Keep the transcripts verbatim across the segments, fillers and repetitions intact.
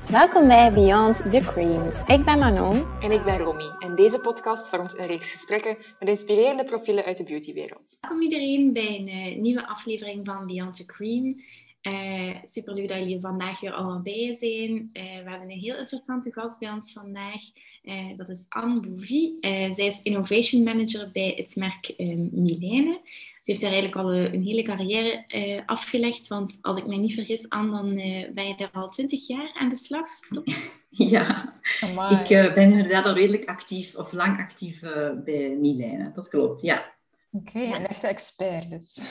Welkom bij Beyond the Cream. Ik ben Manon. En ik ben Romy. En deze podcast vormt een reeks gesprekken met inspirerende profielen uit de beautywereld. Welkom iedereen bij een uh, nieuwe aflevering van Beyond the Cream. Uh, super leuk dat jullie er vandaag weer allemaal bij zijn. Uh, we hebben een heel interessante gast bij ons vandaag. Uh, dat is Anne Bouvy. Uh, zij is Innovation Manager bij het merk uh, Milene. Ze heeft daar eigenlijk al een hele carrière uh, afgelegd. Want als ik me niet vergis, Anne, dan uh, ben je daar al twintig jaar aan de slag. Ja, Amai. ik uh, ben inderdaad al redelijk actief, of lang actief uh, bij Milene. Dat klopt, ja. Oké, okay, ja. Een echte expert dus.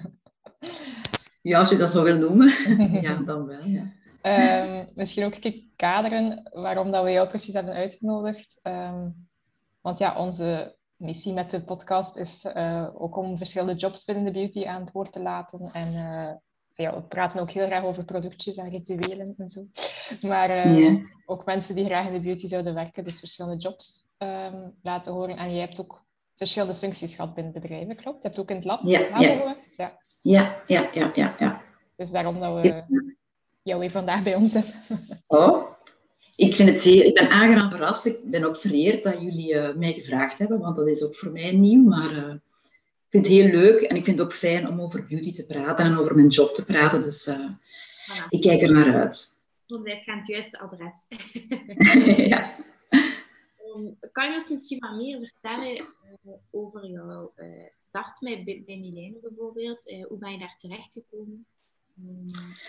Ja, als je dat zo wil noemen. Ja, dan wel, ja. Um, misschien ook een kaderen waarom dat we jou precies hebben uitgenodigd. Um, want ja, onze missie met de podcast is uh, ook om verschillende jobs binnen de beauty aan het woord te laten. En uh, ja, we praten ook heel graag over productjes en rituelen en zo. Maar uh, yeah. ook mensen die graag in de beauty zouden werken, dus verschillende jobs um, laten horen. En jij hebt ook verschillende functies gehad binnen bedrijven, klopt? Je hebt ook in het lab, ja, lab ja. gewerkt? Ja. Ja, ja, ja, ja, ja. Dus daarom dat we ja. jou weer vandaag bij ons hebben. Oh, ik, vind het zeer, ik ben aangenaam verrast. Ik ben ook vereerd dat jullie uh, mij gevraagd hebben, want dat is ook voor mij nieuw. Maar uh, ik vind het heel leuk en ik vind het ook fijn om over beauty te praten en over mijn job te praten. Dus uh, voilà. Ik kijk er naar uit. Dan zijn het het juiste adres. Ja. Um, kan je ons misschien wat meer vertellen uh, over jouw uh, start bij, bij Milene bijvoorbeeld? Uh, hoe ben je daar terechtgekomen? Um...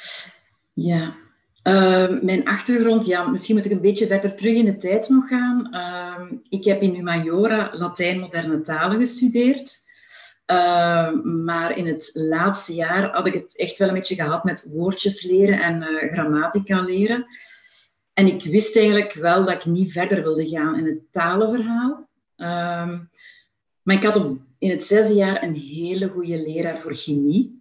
Ja, uh, mijn achtergrond, ja, misschien moet ik een beetje verder terug in de tijd nog gaan. Uh, ik heb in Humaniora Latijn moderne talen gestudeerd. Uh, maar in het laatste jaar had ik het echt wel een beetje gehad met woordjes leren en uh, grammatica leren. En ik wist eigenlijk wel dat ik niet verder wilde gaan in het talenverhaal. Um, maar ik had op, in het zesde jaar een hele goede leraar voor chemie.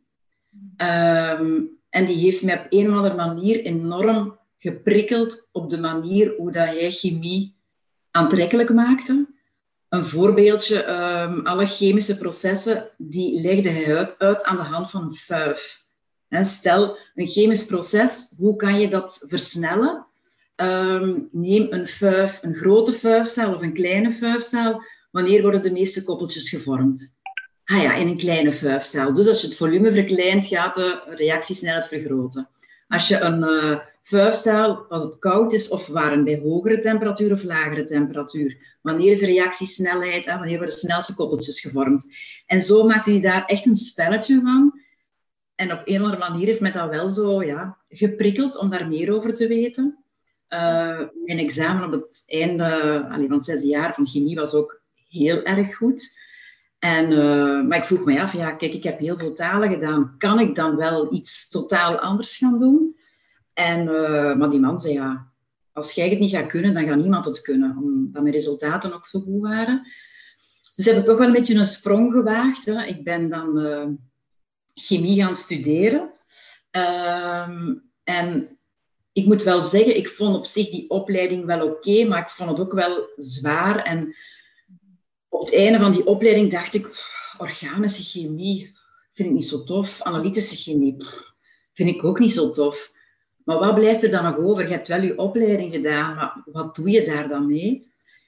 Um, en die heeft mij op een of andere manier enorm geprikkeld op de manier hoe dat hij chemie aantrekkelijk maakte. Een voorbeeldje, um, alle chemische processen, die legde hij uit, uit aan de hand van een fuif. He, stel, een chemisch proces, hoe kan je dat versnellen? Um, neem een fuif, een grote fuifcel of een kleine fuifcel. Wanneer worden de meeste koppeltjes gevormd? Ah ja, in een kleine fuifcel. Dus als je het volume verkleint, gaat de reactiesnelheid vergroten. Als je een uh, fuifcel, als het koud is of warm, bij hogere temperatuur of lagere temperatuur. Wanneer is de reactiesnelheid en wanneer worden de snelste koppeltjes gevormd? En zo maakte hij daar echt een spelletje van. En op een of andere manier heeft mij dat wel zo ja, geprikkeld om daar meer over te weten. Uh, mijn examen op het einde allee, van het zesde jaar van chemie was ook heel erg goed. En, uh, maar ik vroeg me af, ja, kijk, ik heb heel veel talen gedaan. Kan ik dan wel iets totaal anders gaan doen? En, uh, maar die man zei, ja, als jij het niet gaat kunnen, dan gaat niemand het kunnen. Omdat mijn resultaten ook zo goed waren. Dus heb ik toch wel een beetje een sprong gewaagd. Hè. Ik ben dan uh, chemie gaan studeren. Uh, en... Ik moet wel zeggen, ik vond op zich die opleiding wel oké, okay, maar ik vond het ook wel zwaar. En op het einde van die opleiding dacht ik, pff, organische chemie vind ik niet zo tof. Analytische chemie pff, vind ik ook niet zo tof. Maar wat blijft er dan nog over? Je hebt wel je opleiding gedaan, maar wat doe je daar dan mee?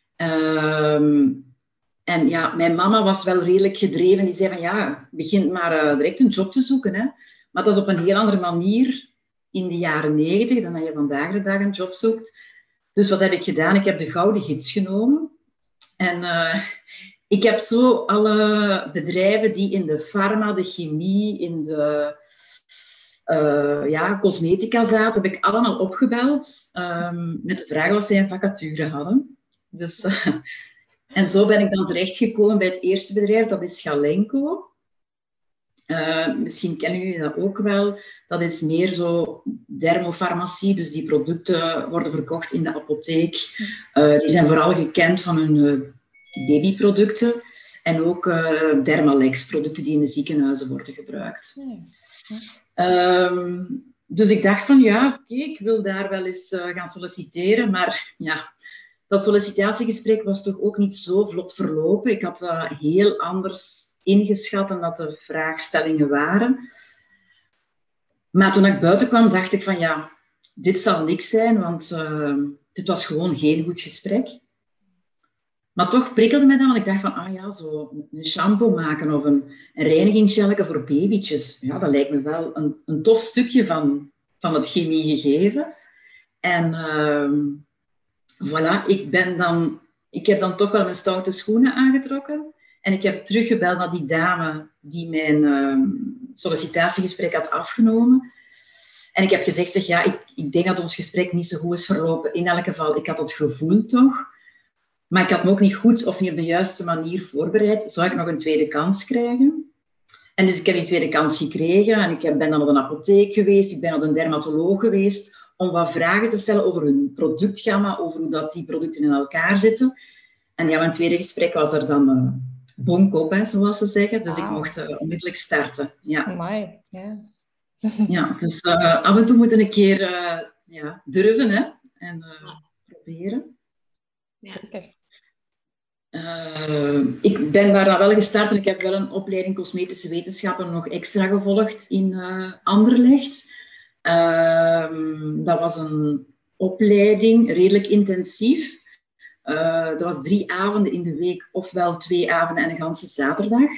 Um, en ja, mijn mama was wel redelijk gedreven. Die zei van, ja, begin maar uh, direct een job te zoeken. Hè. Maar dat is op een heel andere manier in de jaren negentig, dan dat je vandaag de dag een job zoekt. Dus wat heb ik gedaan? Ik heb de Gouden Gids genomen. En uh, ik heb zo alle bedrijven die in de pharma, de chemie, in de uh, ja, cosmetica zaten, heb ik allemaal opgebeld um, met de vraag of zij een vacature hadden. Dus, uh, en zo ben ik dan terechtgekomen bij het eerste bedrijf, dat is Galenco. Uh, misschien kennen jullie dat ook wel. Dat is meer zo dermofarmacie, dus die producten worden verkocht in de apotheek. Uh, die zijn vooral gekend van hun uh, babyproducten en ook uh, Dermalex-producten die in de ziekenhuizen worden gebruikt. Um, dus ik dacht van ja, oké, okay, ik wil daar wel eens uh, gaan solliciteren, maar ja, dat sollicitatiegesprek was toch ook niet zo vlot verlopen. Ik had dat heel anders ingeschat dan dat de vraagstellingen waren. Maar toen ik buiten kwam, dacht ik van ja, dit zal niks zijn, want uh, dit was gewoon geen goed gesprek. Maar toch prikkelde mij dan, want ik dacht van, ah ja, zo een shampoo maken of een, een reinigingsgelke voor babytjes. Ja, dat lijkt me wel een, een tof stukje van, van het chemiegegeven. En uh, voilà, ik ben dan, ik heb dan toch wel mijn stoute schoenen aangetrokken. En ik heb teruggebeld naar die dame die mijn uh, sollicitatiegesprek had afgenomen. En ik heb gezegd, zeg, ja, ik, ik denk dat ons gesprek niet zo goed is verlopen. In elk geval, ik had het gevoel toch. Maar ik had me ook niet goed of niet op de juiste manier voorbereid. Zou ik nog een tweede kans krijgen? En dus ik heb die tweede kans gekregen. En ik ben dan naar een apotheek geweest. Ik ben naar een dermatoloog geweest. Om wat vragen te stellen over hun productgamma. Over hoe dat die producten in elkaar zitten. En ja, mijn tweede gesprek was er dan uh, bonk op, hè, zoals ze zeggen. Dus wow. Ik mocht uh, onmiddellijk starten. Ja. Amai, yeah. Ja, dus uh, af en toe moeten we een keer uh, ja, durven, hè. En uh, proberen. Ja. Uh, ik ben daar dan wel gestart en ik heb wel een opleiding cosmetische wetenschappen nog extra gevolgd in uh, Anderlecht. Uh, dat was een opleiding, redelijk intensief. Uh, dat was drie avonden in de week, ofwel twee avonden en een ganse zaterdag.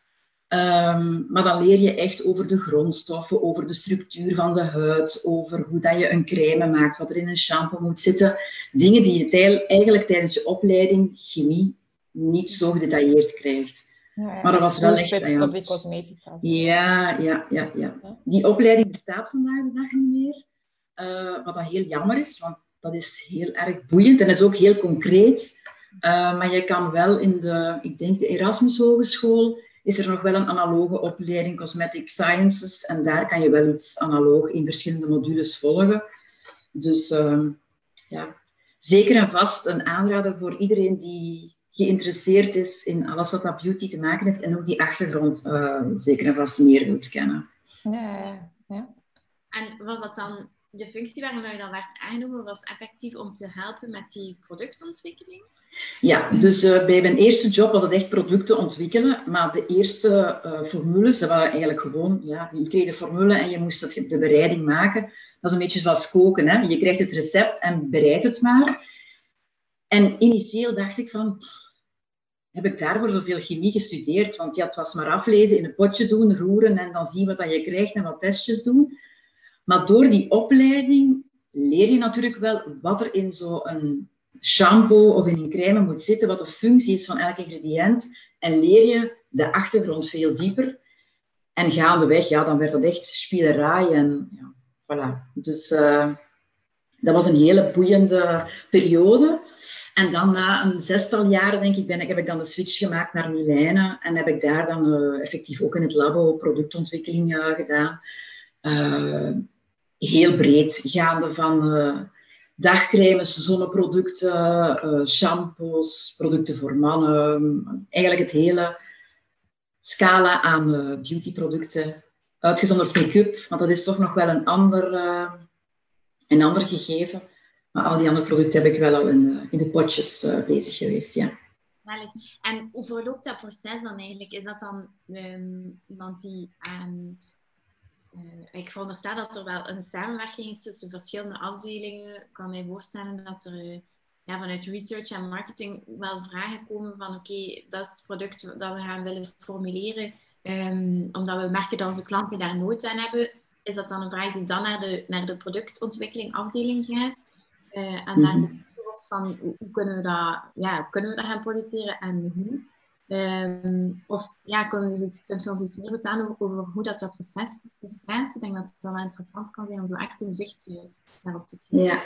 Um, maar dan leer je echt over de grondstoffen, over de structuur van de huid, over hoe dat je een crème maakt, wat er in een shampoo moet zitten. Dingen die je eigenlijk tijdens je opleiding chemie niet zo gedetailleerd krijgt. Ja, ja. Maar dat was wel echt... Ja, op die cosmetica. Ja, ja, ja, ja. Die opleiding bestaat vandaag de dag niet meer. Uh, wat dat heel jammer is, want dat is heel erg boeiend en is ook heel concreet. Uh, maar je kan wel in de, ik denk de Erasmus Hogeschool, is er nog wel een analoge opleiding Cosmetic Sciences. En daar kan je wel iets analoog in verschillende modules volgen. Dus uh, ja, zeker en vast een aanrader voor iedereen die geïnteresseerd is in alles wat met beauty te maken heeft. En ook die achtergrond uh, zeker en vast meer wilt kennen. Ja, ja, ja. En was dat dan... De functie waarom je dan werd aangenomen was effectief om te helpen met die productontwikkeling? Ja, dus uh, bij mijn eerste job was het echt producten ontwikkelen. Maar de eerste uh, formules, dat waren eigenlijk gewoon... Ja, je kreeg de formule en je moest het, de bereiding maken. Dat is een beetje zoals koken. Hè? Je krijgt het recept en bereid het maar. En initieel dacht ik van... Pff, heb ik daarvoor zoveel chemie gestudeerd? Want ja, het was maar aflezen, in een potje doen, roeren en dan zien wat dat je krijgt en wat testjes doen. Maar door die opleiding leer je natuurlijk wel wat er in zo'n shampoo of in een crème moet zitten, wat de functie is van elk ingrediënt. En leer je de achtergrond veel dieper. En gaandeweg, ja, dan werd dat echt spielerij. En ja, voilà. Dus uh, dat was een hele boeiende periode. En dan na een zestal jaren, denk ik, ben, heb ik dan de switch gemaakt naar Milijnen. En heb ik daar dan uh, effectief ook in het labo productontwikkeling uh, gedaan. Uh, heel breed, gaande van uh, dagcremes, zonneproducten, uh, shampoos, producten voor mannen. Eigenlijk het hele scala aan uh, beautyproducten. Uitgezonderd make-up, want dat is toch nog wel een ander, uh, een ander gegeven. Maar al die andere producten heb ik wel al in, uh, in de potjes uh, bezig geweest, ja. En hoe verloopt dat proces dan eigenlijk? Is dat dan um, iemand die... Um, Uh, ik veronderstel dat er wel een samenwerking is tussen verschillende afdelingen. Ik kan mij voorstellen dat er uh, ja, vanuit research en marketing wel vragen komen van oké, okay, dat is het product dat we gaan willen formuleren, um, omdat we merken dat onze klanten daar nood aan hebben. Is dat dan een vraag die dan naar de, naar de productontwikkeling afdeling gaat? Uh, en daar mm-hmm. van hoe, hoe kunnen we dat, ja, kunnen we dat gaan produceren en hoe? Um, of ja, kun je, kun je ons iets meer vertellen over, over hoe dat, dat proces precies gaat? Ik denk dat het wel interessant kan zijn om zo echt een zicht daarop te krijgen. Ja.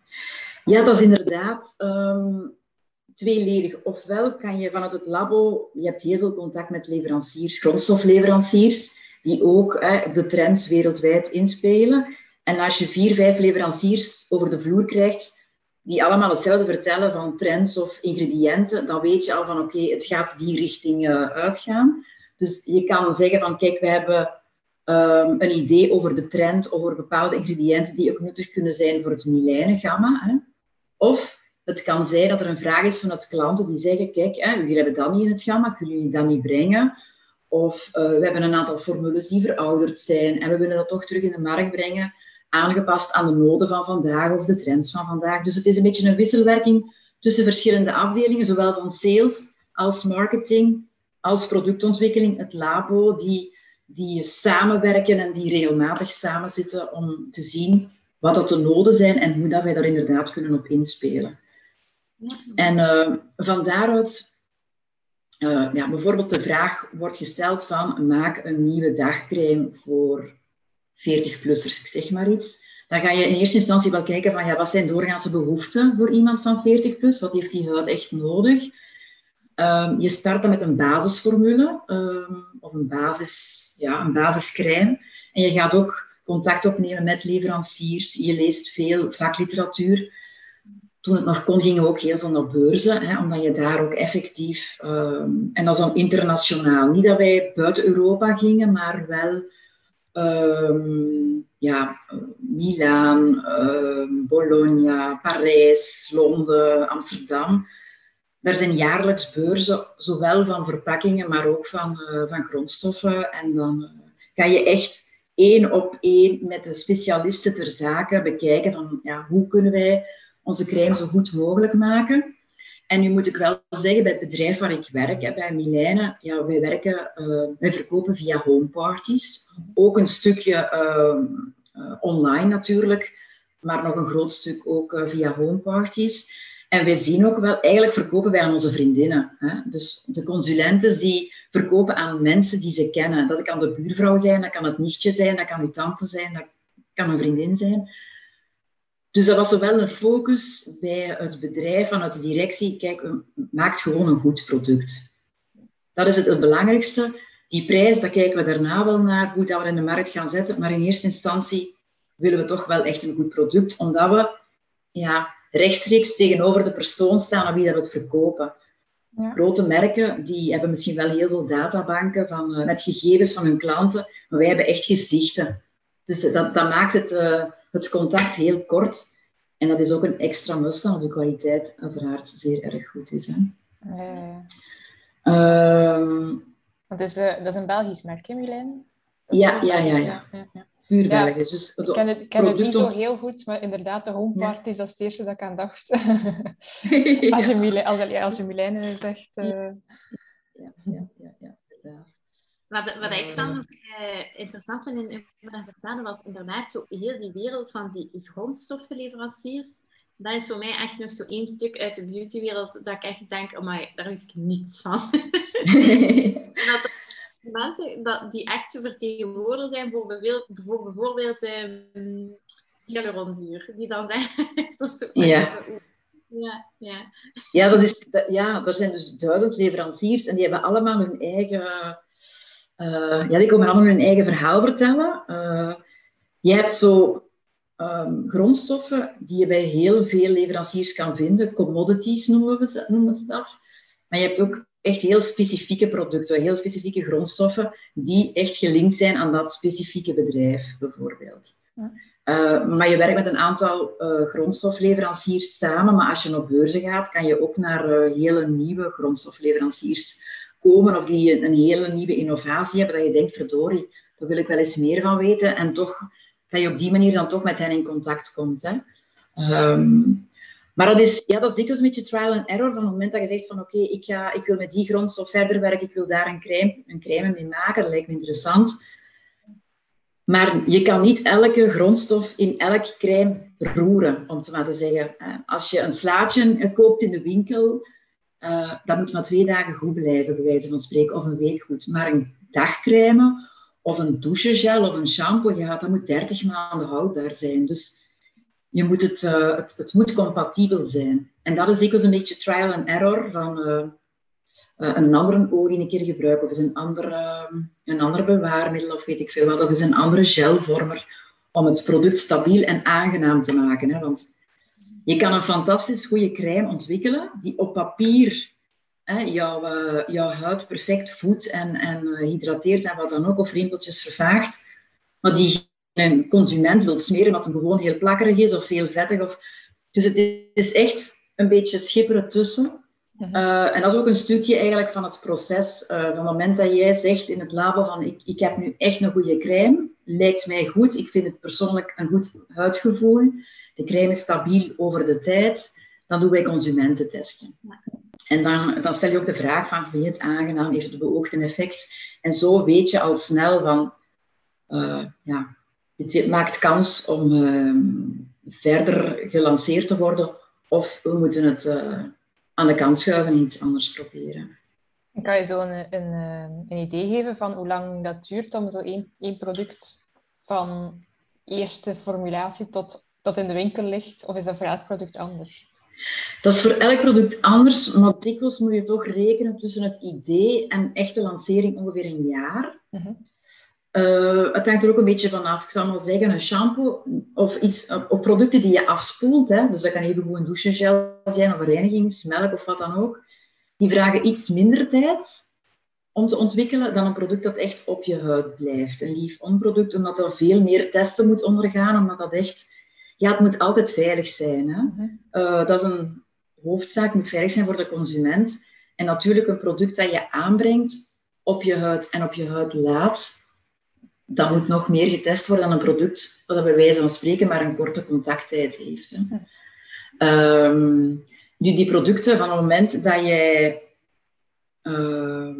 Ja, dat is inderdaad um, tweeledig. Ofwel kan je vanuit het labo, je hebt heel veel contact met leveranciers, grondstofleveranciers, die ook eh, op de trends wereldwijd inspelen. En als je vier, vijf leveranciers over de vloer krijgt, die allemaal hetzelfde vertellen van trends of ingrediënten, dan weet je al van oké, okay, het gaat die richting uh, uitgaan. Dus je kan zeggen van kijk, we hebben um, een idee over de trend, over bepaalde ingrediënten die ook nuttig kunnen zijn voor het Milijnen-gamma. Hè. Of het kan zijn dat er een vraag is vanuit klanten die zeggen kijk, hè, jullie hebben dat niet in het gamma, kunnen jullie dat niet brengen? Of uh, we hebben een aantal formules die verouderd zijn en we willen dat toch terug in de markt brengen. aangepast aan de noden van vandaag of de trends van vandaag. Dus het is een beetje een wisselwerking tussen verschillende afdelingen, zowel van sales als marketing, als productontwikkeling, het labo, die, die samenwerken en die regelmatig samenzitten om te zien wat dat de noden zijn en hoe dat wij daar inderdaad kunnen op inspelen. Ja. En uh, van daaruit, uh, ja, bijvoorbeeld de vraag wordt gesteld van maak een nieuwe dagcrème voor veertig-plussers, ik zeg maar iets. Dan ga je in eerste instantie wel kijken van ja, wat zijn doorgaanse behoeften voor iemand van veertig plus, wat heeft die huid echt nodig? Um, je start dan met een basisformule um, of een, basis, ja, een basiscrème. En je gaat ook contact opnemen met leveranciers. Je leest veel vakliteratuur. Toen het nog kon, gingen we ook heel veel naar beurzen, hè, omdat je daar ook effectief... Um, en dat is dan internationaal. Niet dat wij buiten Europa gingen, maar wel... Um, ja, Milaan, um, Bologna, Parijs, Londen, Amsterdam... Er zijn jaarlijks beurzen, zowel van verpakkingen, maar ook van, uh, van grondstoffen. En dan uh, ga je echt één op één met de specialisten ter zake bekijken van ja, hoe kunnen wij onze crème zo goed mogelijk maken. En nu moet ik wel zeggen, bij het bedrijf waar ik werk, hè, bij Milijnen, ja, wij, werken, uh, wij verkopen via homeparties. Ook een stukje uh, uh, online natuurlijk, maar nog een groot stuk ook uh, via homeparties. En wij zien ook wel, eigenlijk verkopen wij aan onze vriendinnen. Hè? Dus de consulenten die verkopen aan mensen die ze kennen. Dat kan de buurvrouw zijn, dat kan het nichtje zijn, dat kan uw tante zijn, dat kan een vriendin zijn. Dus dat was zowel een focus bij het bedrijf, vanuit de directie. Kijk, maakt gewoon een goed product. Dat is het, het belangrijkste. Die prijs, daar kijken we daarna wel naar, hoe dat we in de markt gaan zetten. Maar in eerste instantie willen we toch wel echt een goed product, omdat we... ja, rechtstreeks tegenover de persoon staan aan wie dat we het verkopen. Ja. Grote merken die hebben misschien wel heel veel databanken van, uh, met gegevens van hun klanten, maar wij hebben echt gezichten. Dus dat, dat maakt het, uh, het contact heel kort. En dat is ook een extra must, omdat de kwaliteit uiteraard zeer erg goed is. Hè. Ja, ja. Um, dat, is, uh, dat is een Belgisch merk, hè, Milijn? Ja, ja, ja, ja. ja, ja. Puur ja, Belgisch. Dus ik ken, het, ik ken het niet zo heel goed, maar inderdaad, de homeparty is ja. het eerste dat ik aan dacht. als je Milijn, als, als je Milijn zegt... Uh... Ja, ja, ja, ja, inderdaad. Wat, wat ik van nog uh, interessant vind in mijn vertellen was inderdaad zo heel die wereld van die grondstoffenleveranciers. Dat is voor mij echt nog zo één stuk uit de beautywereld dat ik echt denk, amai, daar weet ik niets van. dat mensen dat, die echt zo vertegenwoordigd zijn voor, beveel, voor bijvoorbeeld um, hyaluronzuur. Die dan zeggen... dat zo ja. Ja, ja. Ja, dat is, dat, ja, er zijn dus duizend leveranciers en die hebben allemaal hun eigen... Uh, ja, die komen allemaal hun eigen verhaal vertellen. Uh, je hebt zo um, grondstoffen die je bij heel veel leveranciers kan vinden. Commodities noemen we, noemen we dat. Maar je hebt ook echt heel specifieke producten, heel specifieke grondstoffen die echt gelinkt zijn aan dat specifieke bedrijf, bijvoorbeeld. Ja. Uh, maar je werkt met een aantal uh, grondstofleveranciers samen, maar als je op beurzen gaat, kan je ook naar uh, hele nieuwe grondstofleveranciers komen of die een, een hele nieuwe innovatie hebben, dat je denkt, verdorie, daar wil ik wel eens meer van weten. En toch, dat je op die manier dan toch met hen in contact komt. Hè. Um, maar dat is, ja, dat is dikwijls een beetje trial and error, van het moment dat je zegt van oké, okay, ik, ga, ik wil met die grondstof verder werken, ik wil daar een crème, een crème mee maken, dat lijkt me interessant. Maar je kan niet elke grondstof in elke crème roeren, om het maar te zeggen. Als je een slaatje koopt in de winkel, uh, dat moet maar twee dagen goed blijven, bij wijze van spreken, of een week goed. Maar een dagcrème, of een douchegel, of een shampoo, ja, dat moet dertig maanden houdbaar zijn. Dus je moet het, uh, het, het moet compatibel zijn. En dat is dikwijls een beetje trial and error van... Uh, Uh, een andere olie een keer gebruiken, of eens een, andere, uh, een ander bewaarmiddel, of weet ik veel wat, of eens een andere gelvormer, om het product stabiel en aangenaam te maken. Hè? Want je kan een fantastisch goede crème ontwikkelen, die op papier hè, jouw, uh, jouw huid perfect voedt en, en uh, hydrateert en wat dan ook, of rimpeltjes vervaagt, maar die een consument wil smeren, wat hem gewoon heel plakkerig is, of heel vettig. Of... Dus het is echt een beetje schipperen tussen. Uh-huh. Uh, en dat is ook een stukje eigenlijk van het proces. Uh, van het moment dat jij zegt in het labo van ik, ik heb nu echt een goede crème, lijkt mij goed, ik vind het persoonlijk een goed huidgevoel, de crème is stabiel over de tijd, dan doen wij consumententesten. Ja. En dan, dan stel je ook de vraag van, vind je het aangenaam, heeft het beoogde effect? En zo weet je al snel van, uh, ja, dit maakt kans om uh, verder gelanceerd te worden, of we moeten het uh, aan de kant schuiven en iets anders proberen. Kan je zo een, een, een idee geven van hoe lang dat duurt om zo één, één product van eerste formulatie tot dat in de winkel ligt? Of is dat voor elk product anders? Dat is voor elk product anders, maar dikwijls moet je toch rekenen tussen het idee en echte lancering ongeveer een jaar. Uh-huh. Uh, het hangt er ook een beetje vanaf. Ik zou maar zeggen, een shampoo of, iets, of producten die je afspoelt, hè, dus dat kan even goed een douchegel zijn of een reinigingsmelk of wat dan ook, die vragen iets minder tijd om te ontwikkelen dan een product dat echt op je huid blijft. Een leave-on product, omdat er veel meer testen moet ondergaan, omdat dat echt... Ja, het moet altijd veilig zijn. Hè? Uh, dat is een hoofdzaak, het moet veilig zijn voor de consument. En natuurlijk een product dat je aanbrengt op je huid en op je huid laat, dat moet nog meer getest worden dan een product dat bij wijze van spreken maar een korte contacttijd heeft. Hè? Um, nu, die producten, van het moment dat jij... Uh,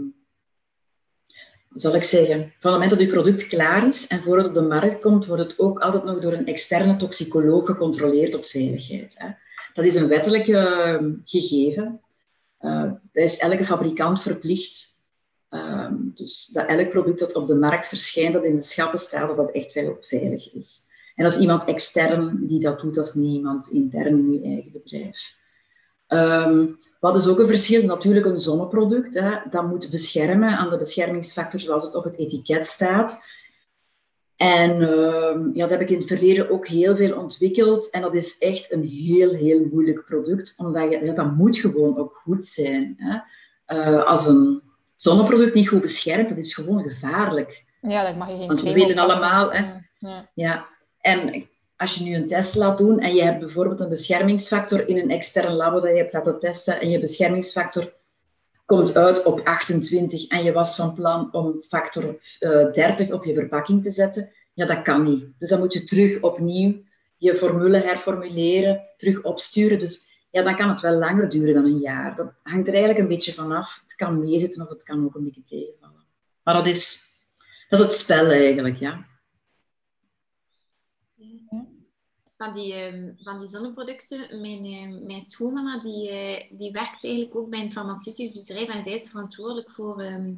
zal ik zeggen, van het moment dat je product klaar is en voordat het op de markt komt, wordt het ook altijd nog door een externe toxicoloog gecontroleerd op veiligheid. Hè. Dat is een wettelijk uh, gegeven. Uh, dat is elke fabrikant verplicht. Uh, dus dat elk product dat op de markt verschijnt, dat in de schappen staat, dat dat echt wel veilig is. En dat is iemand extern die dat doet, dat is niet iemand intern in je eigen bedrijf. Um, wat is ook een verschil? Natuurlijk een zonneproduct. Hè, dat moet beschermen aan de beschermingsfactor zoals het op het etiket staat. En um, ja, dat heb ik in het verleden ook heel veel ontwikkeld. En dat is echt een heel, heel moeilijk product. Omdat je, ja, dat moet gewoon ook goed zijn. Hè. Uh, als een zonneproduct niet goed beschermt, dat is gewoon gevaarlijk. Ja, dat mag je geen. Want we weten allemaal... Hè, ja. Ja, en... Als je nu een test laat doen en je hebt bijvoorbeeld een beschermingsfactor in een extern labo dat je hebt laten testen en je beschermingsfactor komt uit op achtentwintig en je was van plan om factor uh, dertig op je verpakking te zetten, ja, dat kan niet. Dus dan moet je terug opnieuw je formule herformuleren, terug opsturen. Dus ja, dan kan het wel langer duren dan een jaar. Dat hangt er eigenlijk een beetje vanaf. Het kan meezitten of het kan ook een beetje tegenvallen. Maar dat is, dat is het spel eigenlijk, ja. Van die, um, van die zonneproducten, mijn, uh, mijn schoonmama die, uh, die werkt eigenlijk ook bij een farmaceutisch bedrijf en zij is verantwoordelijk voor, um,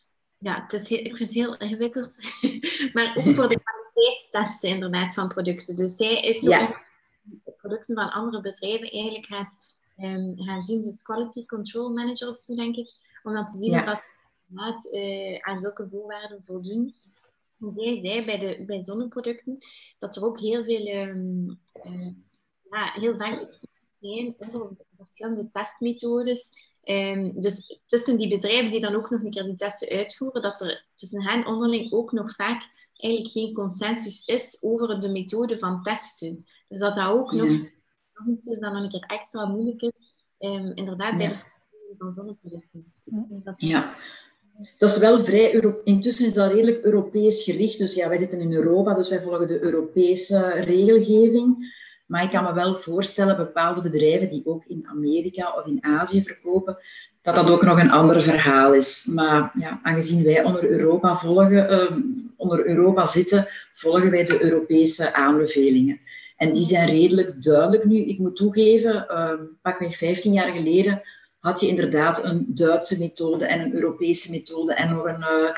ja, het is heel, ik vind het heel ingewikkeld, maar ook voor de kwaliteitstesten inderdaad van producten. Dus zij is zo ja. producten van andere bedrijven eigenlijk gaat um, gaan zien, ze is quality control manager of zo denk ik, om dan te zien ja. of dat inderdaad uh, aan zulke voorwaarden voldoen. En zij zei bij, de, bij zonneproducten dat er ook heel veel, um, uh, ja, heel vaak discussies zijn over verschillende testmethodes. Um, dus tussen die bedrijven die dan ook nog een keer die testen uitvoeren, dat er tussen hen onderling ook nog vaak eigenlijk geen consensus is over de methode van testen. Dus dat dat ook ja. nog iets is dat nog een keer extra moeilijk is, um, inderdaad ja. bij de verandering van zonneproducten. Dat ja. Dat is wel vrij... Euro- Intussen is dat redelijk Europees gericht. Dus ja, wij zitten in Europa, dus wij volgen de Europese regelgeving. Maar ik kan me wel voorstellen, bepaalde bedrijven die ook in Amerika of in Azië verkopen, dat dat ook nog een ander verhaal is. Maar ja, aangezien wij onder Europa, volgen, uh, onder Europa zitten, volgen wij de Europese aanbevelingen. En die zijn redelijk duidelijk nu. Ik moet toegeven, uh, pakweg vijftien jaar geleden had je inderdaad een Duitse methode en een Europese methode en nog een, uh,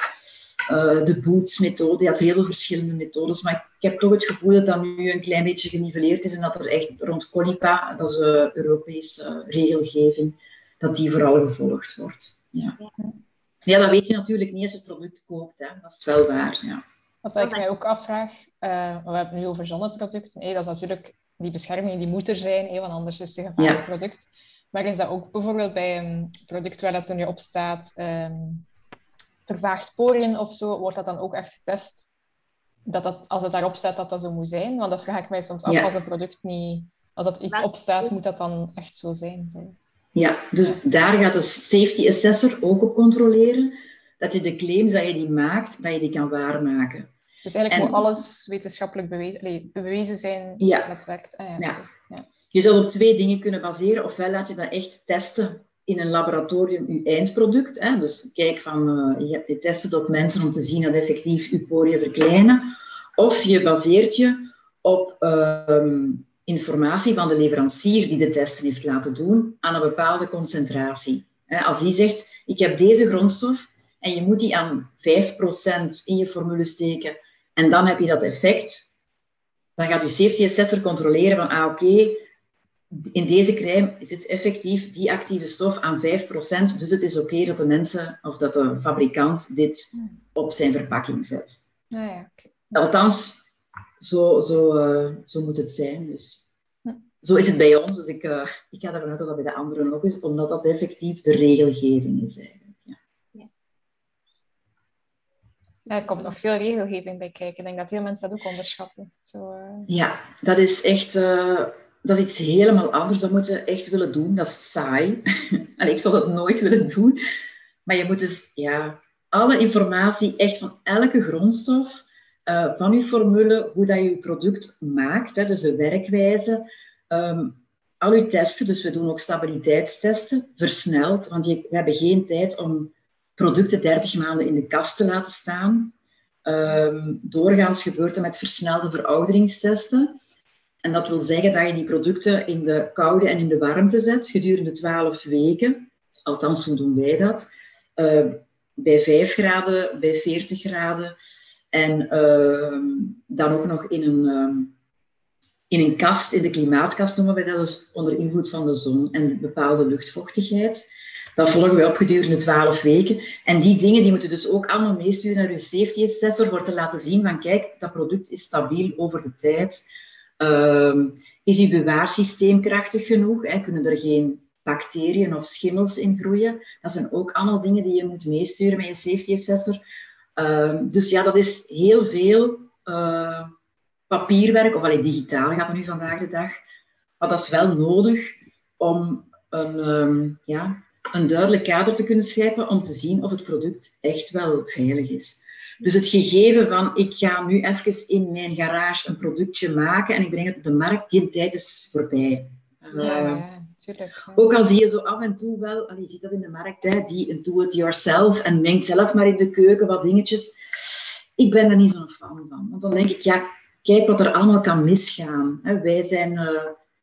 uh, de Boots-methode. Je had heel veel verschillende methodes, maar ik heb toch het gevoel dat dat nu een klein beetje geniveleerd is en dat er echt rond Colipa, dat is de Europese regelgeving, dat die vooral gevolgd wordt. Ja. Ja, dat weet je natuurlijk niet als je het product koopt, hè. Dat is wel waar, ja. Wat ik mij ook afvraag, uh, we hebben het nu over zonneproducten, hey, dat is natuurlijk, die bescherming die moet er zijn, hey, want anders is het een gevaarlijk ja. product. Maar is dat ook bijvoorbeeld bij een product waar dat er nu op staat, um, vervaagd poriën of zo, wordt dat dan ook echt getest? Dat dat, als het daarop staat, dat dat zo moet zijn? Want dat vraag ik mij soms af, ja. als een product niet... Als dat iets op staat, moet dat dan echt zo zijn? Zo. Ja, dus daar gaat de safety assessor ook op controleren dat je de claims dat je die maakt, dat je die kan waarmaken. Dus eigenlijk En- moet alles wetenschappelijk bewezen, nee, bewezen zijn Ja. dat het werkt. Ah, ja. Ja. Ja. Je zult op twee dingen kunnen baseren. Ofwel laat je dat echt testen in een laboratorium, je eindproduct. Hè? Dus kijk van, uh, je, je test het op mensen om te zien dat effectief je poriën verkleinen. Of je baseert je op uh, informatie van de leverancier die de testen heeft laten doen aan een bepaalde concentratie. Hè? Als die zegt, ik heb deze grondstof en je moet die aan vijf procent in je formule steken en dan heb je dat effect, dan gaat je safety assessor controleren van, ah oké, okay, in deze crème zit effectief die actieve stof aan vijf procent, dus het is oké okay dat de mensen of dat de fabrikant dit op zijn verpakking zet. Ah, ja, okay. Althans, zo, zo, uh, zo moet het zijn. Dus. Zo is het bij ons, dus ik, uh, ik ga ervan uit dat dat bij de anderen ook is, omdat dat effectief de regelgeving is eigenlijk. Ja. Ja, er komt nog veel regelgeving bij kijken. Ik denk dat veel mensen dat ook onderschatten. Zo, uh... Ja, dat is echt... Uh, dat is iets helemaal anders. Dat moet je echt willen doen. Dat is saai. Allee, ik zou dat nooit willen doen. Maar je moet dus ja, alle informatie echt van elke grondstof, uh, van je formule, hoe dat je je product maakt, hè, dus de werkwijze, um, al je testen, dus we doen ook stabiliteitstesten, versneld, want je, we hebben geen tijd om producten dertig maanden in de kast te laten staan. Um, doorgaans gebeurt het met versnelde verouderingstesten. En dat wil zeggen dat je die producten in de koude en in de warmte zet gedurende twaalf weken. Althans, hoe doen wij dat? Uh, bij vijf graden, bij veertig graden. En uh, dan ook nog in een, um, in een kast, in de klimaatkast noemen wij dat, dus onder invloed van de zon en bepaalde luchtvochtigheid. Dat volgen wij op gedurende twaalf weken. En die dingen die moeten dus ook allemaal meesturen naar uw safety assessor voor te laten zien van kijk, dat product is stabiel over de tijd. Uh, is uw bewaarsysteem krachtig genoeg? Hè? Kunnen er geen bacteriën of schimmels in groeien? Dat zijn ook allemaal dingen die je moet meesturen met je safety assessor. Uh, dus ja, dat is heel veel uh, papierwerk, of allee, digitaal gaat er nu vandaag de dag. Maar dat is wel nodig om een, um, ja, een duidelijk kader te kunnen scheppen om te zien of het product echt wel veilig is. Dus het gegeven van, ik ga nu even in mijn garage een productje maken en ik breng het op de markt, die tijd is voorbij. Ja, ja, tuurlijk. Ja. Ook al zie je zo af en toe wel, al je ziet dat in de markt, hè, die do-it-yourself en mengt zelf maar in de keuken wat dingetjes. Ik ben daar niet zo'n fan van. Want dan denk ik, ja, kijk wat er allemaal kan misgaan. Wij zijn uh,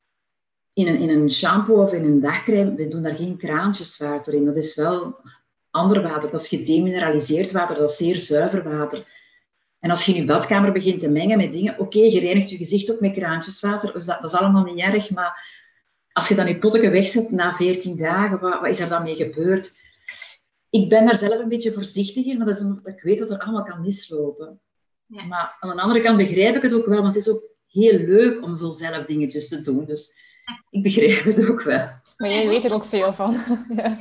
in, een, in een shampoo of in een dagcrème, wij doen daar geen kraantjeswater in. Dat is wel ander water. Dat is gedemineraliseerd water, dat is zeer zuiver water. En als je in je badkamer begint te mengen met dingen, oké, okay, je reinigt je gezicht ook met kraantjeswater, dus dat, dat is allemaal niet erg, maar als je dan je potteke wegzet na veertien dagen, wat, wat is er dan mee gebeurd? Ik ben daar zelf een beetje voorzichtig in, maar dat is omdat ik weet wat er allemaal kan mislopen. Ja. Maar aan de andere kant begrijp ik het ook wel, want het is ook heel leuk om zo zelf dingetjes te doen. Dus ik begrijp het ook wel. Maar jij weet er ook veel van. Ja.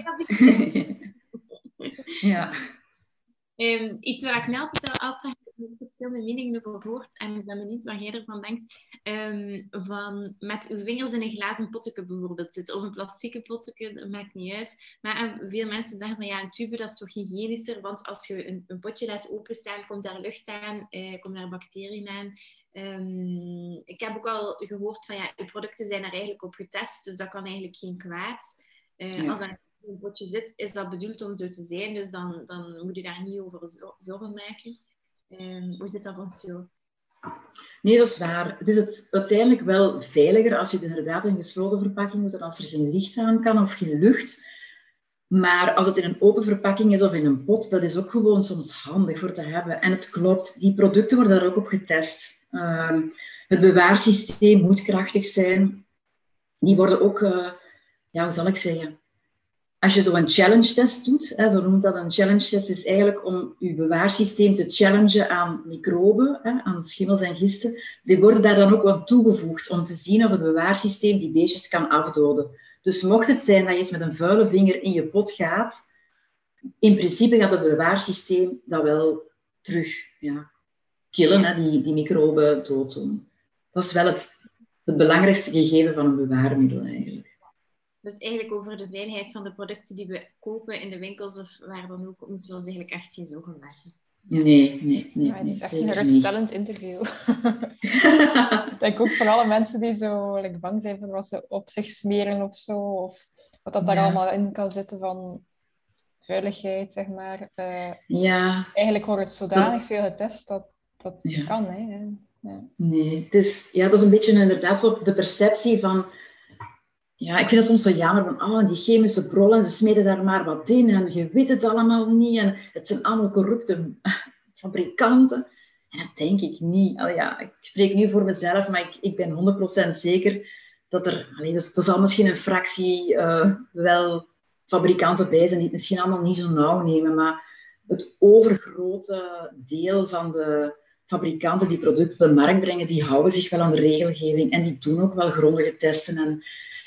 Ja. Um, iets waar ik me altijd afvraag, ik heb verschillende meningen over gehoord en ik ben benieuwd wat jij ervan denkt. Um, van met uw vingers in een glazen potje bijvoorbeeld zitten, of een plastieke potje, dat maakt niet uit. Maar uh, veel mensen zeggen van ja, een tube dat is toch hygiënischer, want als je een, een potje laat openstaan, komt daar lucht aan, uh, komt daar bacteriën aan. Um, ik heb ook al gehoord van ja, uw producten zijn er eigenlijk op getest, dus dat kan eigenlijk geen kwaad. Uh, ja. Als er een potje zit, is dat bedoeld om zo te zijn, dus dan, dan moet je daar niet over zorgen maken. Um, hoe zit dat van jou? Nee, dat is waar. Het is het uiteindelijk wel veiliger als je het inderdaad in een gesloten verpakking moet, dan als er geen licht aan kan of geen lucht. Maar als het in een open verpakking is of in een pot, dat is ook gewoon soms handig voor te hebben. En het klopt, die producten worden daar ook op getest. Um, het bewaarsysteem moet krachtig zijn. Die worden ook, uh, ja, hoe zal ik zeggen... Als je zo'n challenge-test doet, hè, zo noemt dat een challenge-test, is eigenlijk om je bewaarsysteem te challengen aan microben, hè, aan schimmels en gisten. Die worden daar dan ook aan toegevoegd om te zien of het bewaarsysteem die beestjes kan afdoden. Dus mocht het zijn dat je eens met een vuile vinger in je pot gaat, in principe gaat het bewaarsysteem dat wel terug ja, killen, hè, die, die microben dooddoen. Dat is wel het, het belangrijkste gegeven van een bewaarmiddel eigenlijk. Dus eigenlijk over de veiligheid van de producten die we kopen in de winkels of waar dan ook, moeten we ons eigenlijk echt geen zorgen maken. Nee, nee, nee. Ja, het is nee, echt een zeker geruststellend interview. Ik denk ook voor alle mensen die zo like, bang zijn voor wat ze op zich smeren of zo. Of wat dat daar Ja. allemaal in kan zitten van veiligheid, zeg maar. Uh, Ja. Eigenlijk wordt het zodanig veel getest dat dat Ja. kan. Hè. Ja. Nee, het is, ja, dat is een beetje inderdaad zo de perceptie van... Ja, ik vind het soms zo jammer van, oh, die chemische brollen, ze smeden daar maar wat in en je weet het allemaal niet en het zijn allemaal corrupte fabrikanten. En dat denk ik niet. Allee, ja, ik spreek nu voor mezelf, maar ik, ik ben honderd procent zeker dat er... Allee, dus, er zal misschien een fractie uh, wel fabrikanten bij zijn die het misschien allemaal niet zo nauw nemen, maar het overgrote deel van de fabrikanten die producten op de markt brengen, die houden zich wel aan de regelgeving en die doen ook wel grondige testen. En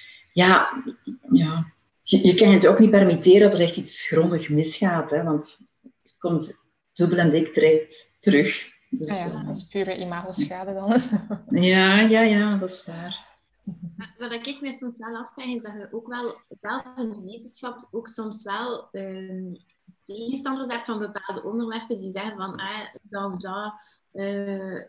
ja, ja je, je kan je het ook niet permitteren dat er echt iets grondig misgaat, hè, want het komt dubbel en dik terecht terug. Dus, ah ja, uh, dat is pure imagoschade dan. ja, ja, ja, dat is waar. Wat ik me soms wel afvraag, is dat je ook wel zelf in de wetenschap ook soms wel um, tegenstanders hebt van bepaalde onderwerpen die zeggen van ah, dat of dat uh,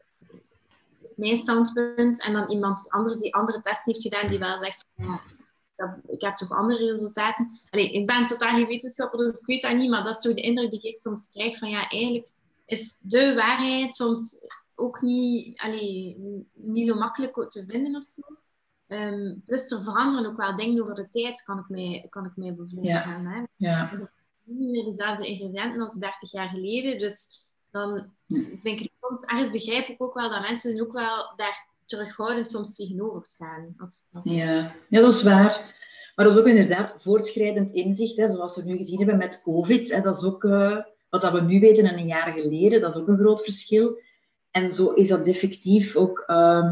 is mijn standpunt. En dan iemand anders die andere testen heeft gedaan die wel zegt oh, dat, ik heb toch andere resultaten. Allee, ik ben totaal geen wetenschapper, dus ik weet dat niet, maar dat is zo de indruk die ik soms krijg van ja, eigenlijk is de waarheid soms ook niet, allee, niet zo makkelijk te vinden of zo. Um, plus er veranderen ook wel dingen over de tijd, kan ik mij, kan ik mij voorstellen. Ja. Hè? Ja. Niet meer dezelfde ingrediënten als dertig jaar geleden, dus dan vind ik het soms ergens begrijp ik ook wel dat mensen ook wel daar terughoudend soms tegenover staan. Als ja. ja, dat is waar. Maar dat is ook inderdaad voortschrijdend inzicht, hè, zoals we nu gezien hebben met COVID. Hè, dat is ook uh, wat dat we nu weten en een jaar geleden, dat is ook een groot verschil. En zo is dat effectief ook... Uh,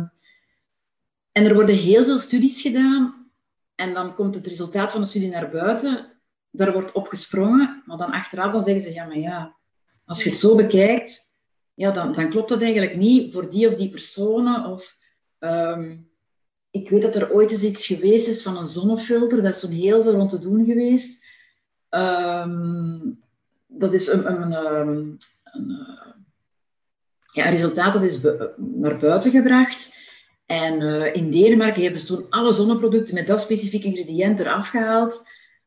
En er worden heel veel studies gedaan en dan komt het resultaat van de studie naar buiten. Daar wordt op gesprongen, maar dan achteraf dan zeggen ze, ja, maar ja, als je het zo bekijkt, ja, dan, dan klopt dat eigenlijk niet voor die of die personen. Of, um, ik weet dat er ooit eens iets geweest is van een zonnefilter, daar is zo'n heel veel rond te doen geweest. Um, dat is een, een, een, een, ja, een resultaat dat is be- naar buiten gebracht. En uh, in Denemarken hebben ze toen alle zonneproducten met dat specifieke ingrediënt eraf gehaald.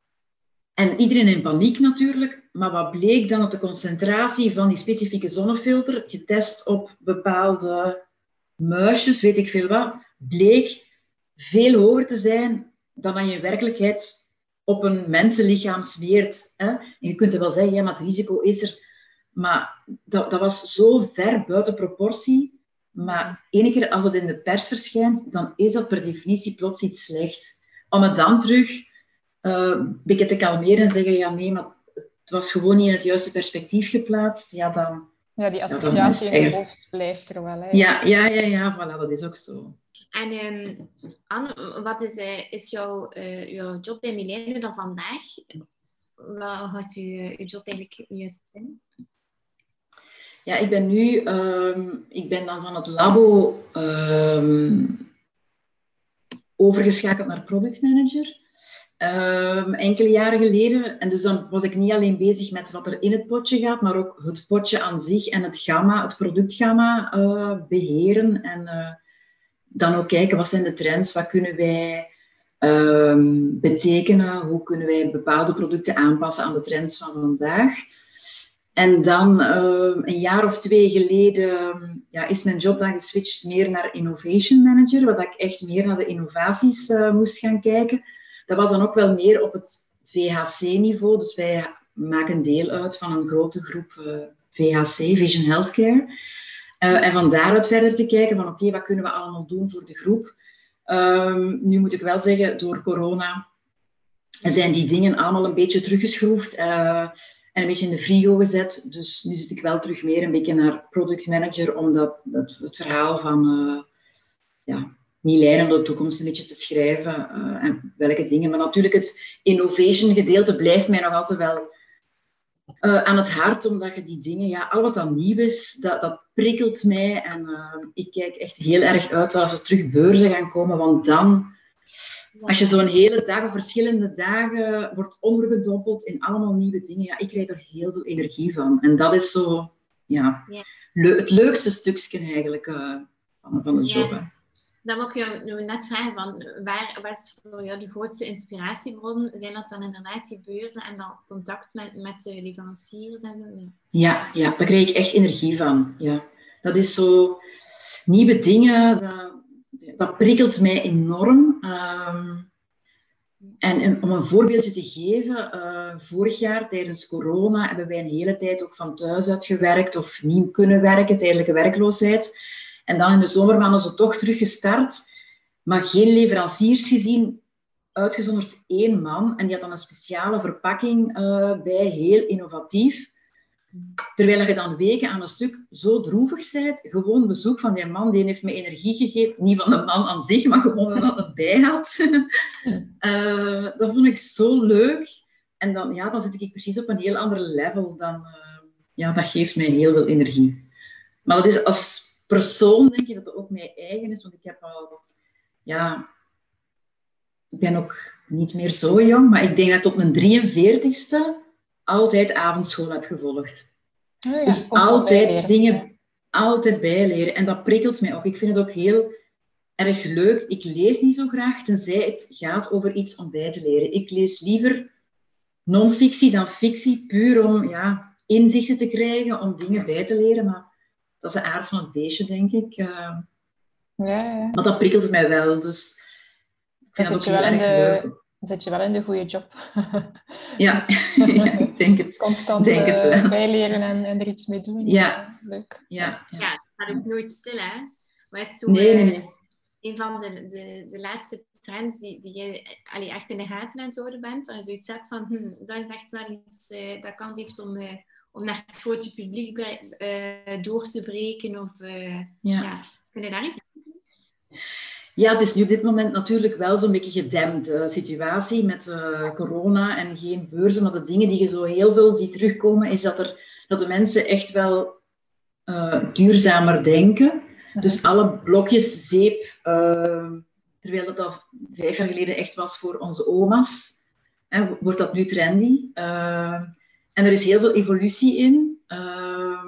En iedereen in paniek natuurlijk. Maar wat bleek dan? Dat de concentratie van die specifieke zonnefilter, getest op bepaalde muisjes, weet ik veel wat, bleek veel hoger te zijn dan dat je in werkelijkheid op een mensenlichaam smeert. Hè? En je kunt er wel zeggen, ja, maar het risico is er. Maar dat, dat was zo ver buiten proportie. Maar ene keer als het in de pers verschijnt, dan is dat per definitie plots iets slecht. Om het dan terug uh, een beetje te kalmeren en zeggen, ja nee, maar het was gewoon niet in het juiste perspectief geplaatst. Ja, dan... Ja, die associatie ja, in je hoofd blijft er wel. Hè? Ja, ja, ja, ja, voilà, dat is ook zo. En um, Anne, wat is, uh, is jouw, uh, jouw job bij Millennium dan vandaag? Wat houdt u, uh, uw job eigenlijk juist in? Ja, ik ben nu, um, ik ben dan van het labo um, overgeschakeld naar productmanager. Um, enkele jaren geleden. En dus dan was ik niet alleen bezig met wat er in het potje gaat, maar ook het potje aan zich en het gamma, het productgamma uh, beheren. En uh, dan ook kijken, wat zijn de trends, wat kunnen wij um, betekenen, hoe kunnen wij bepaalde producten aanpassen aan de trends van vandaag. En dan uh, een jaar of twee geleden ja, is mijn job dan geswitcht meer naar Innovation Manager, waar ik echt meer naar de innovaties uh, moest gaan kijken. Dat was dan ook wel meer op het V H C-niveau. Dus wij maken deel uit van een grote groep uh, V H C, Vision Healthcare. Uh, en van daaruit verder te kijken van oké, okay, wat kunnen we allemaal doen voor de groep? Um, nu moet ik wel zeggen, door corona zijn die dingen allemaal een beetje teruggeschroefd. Uh, En een beetje in de frigo gezet. Dus nu zit ik wel terug meer een beetje naar product manager. Om dat, dat, het verhaal van uh, ja, Millennium de toekomst een beetje te schrijven. Uh, en welke dingen. Maar natuurlijk het innovation gedeelte blijft mij nog altijd wel uh, aan het hart. Omdat je die dingen, ja, al wat dan nieuw is, dat, dat prikkelt mij. En uh, ik kijk echt heel erg uit als er terug beurzen gaan komen. Want dan Als je zo'n hele dag of verschillende dagen wordt ondergedompeld in allemaal nieuwe dingen, ja, ik krijg er heel veel energie van. En dat is zo, ja, Ja. le- het leukste stukje eigenlijk uh, van, van de job. Ja. Hè. Dan wil ik jou nu net vragen, van, waar, wat is voor jou de grootste inspiratiebron? Zijn dat dan inderdaad die beurzen en dan contact met, met de leveranciers en zo? Ja, ja, daar krijg ik echt energie van. Ja. Dat is zo, nieuwe dingen, dat, dat prikkelt mij enorm. Um, en, en om een voorbeeldje te geven, uh, vorig jaar tijdens corona hebben wij een hele tijd ook van thuis uit gewerkt of niet kunnen werken, tijdelijke werkloosheid. En dan in de zomermaanden zo toch teruggestart, maar geen leveranciers gezien, uitgezonderd één man. En die had dan een speciale verpakking uh, bij, heel innovatief. Terwijl je dan weken aan een stuk zo droevig bent, gewoon bezoek van die man, die heeft me energie gegeven. Niet van de man aan zich, maar gewoon wat het bij had. uh, dat vond ik zo leuk. En dan, ja, dan zit ik precies op een heel ander level. Dan, uh, ja, dat geeft mij heel veel energie. Maar dat is als persoon, denk ik, dat het ook mijn eigen is. Want ik heb al... Ja... Ik ben ook niet meer zo jong, maar ik denk dat ik tot mijn drieënveertigste... altijd avondschool heb gevolgd. Oh ja, dus altijd altijd bijleren. dingen, altijd bijleren. En dat prikkelt mij ook. Ik vind het ook heel erg leuk. Ik lees niet zo graag, tenzij het gaat over iets om bij te leren. Ik lees liever non-fictie dan fictie, puur om ja, inzichten te krijgen, om dingen bij te leren. Maar dat is de aard van het beestje, denk ik. Uh, ja, ja. Maar dat prikkelt mij wel. Dus ik vind Dan dat zit ook je heel wel erg in leuk. de, dan zit je wel in de goede job. Ja, ja, ik denk het. Constant denk het wel. uh, bijleren en, en er iets mee doen. Ja. Leuk. Ja, ja. Ja, het gaat ook nooit stil, hè? Maar is zo, Nee, nee, uh, nee. een van de, de, de laatste trends die, die je allee, echt in de gaten aan het houden bent, als je zoiets hebt van, hm, dat is echt wel iets uh, dat kans heeft om, uh, om naar het grote publiek uh, door te breken? Of uh, Ja. Ja, kun je daar iets? Ja, het is nu op dit moment natuurlijk wel zo'n beetje gedempt uh, situatie met uh, corona en geen beurzen. Maar de dingen die je zo heel veel ziet terugkomen, is dat, er, dat de mensen echt wel uh, duurzamer denken. Uh-huh. Dus alle blokjes zeep, uh, terwijl dat al vijf jaar geleden echt was voor onze oma's, hè, wordt dat nu trendy. Uh, en er is heel veel evolutie in. Uh,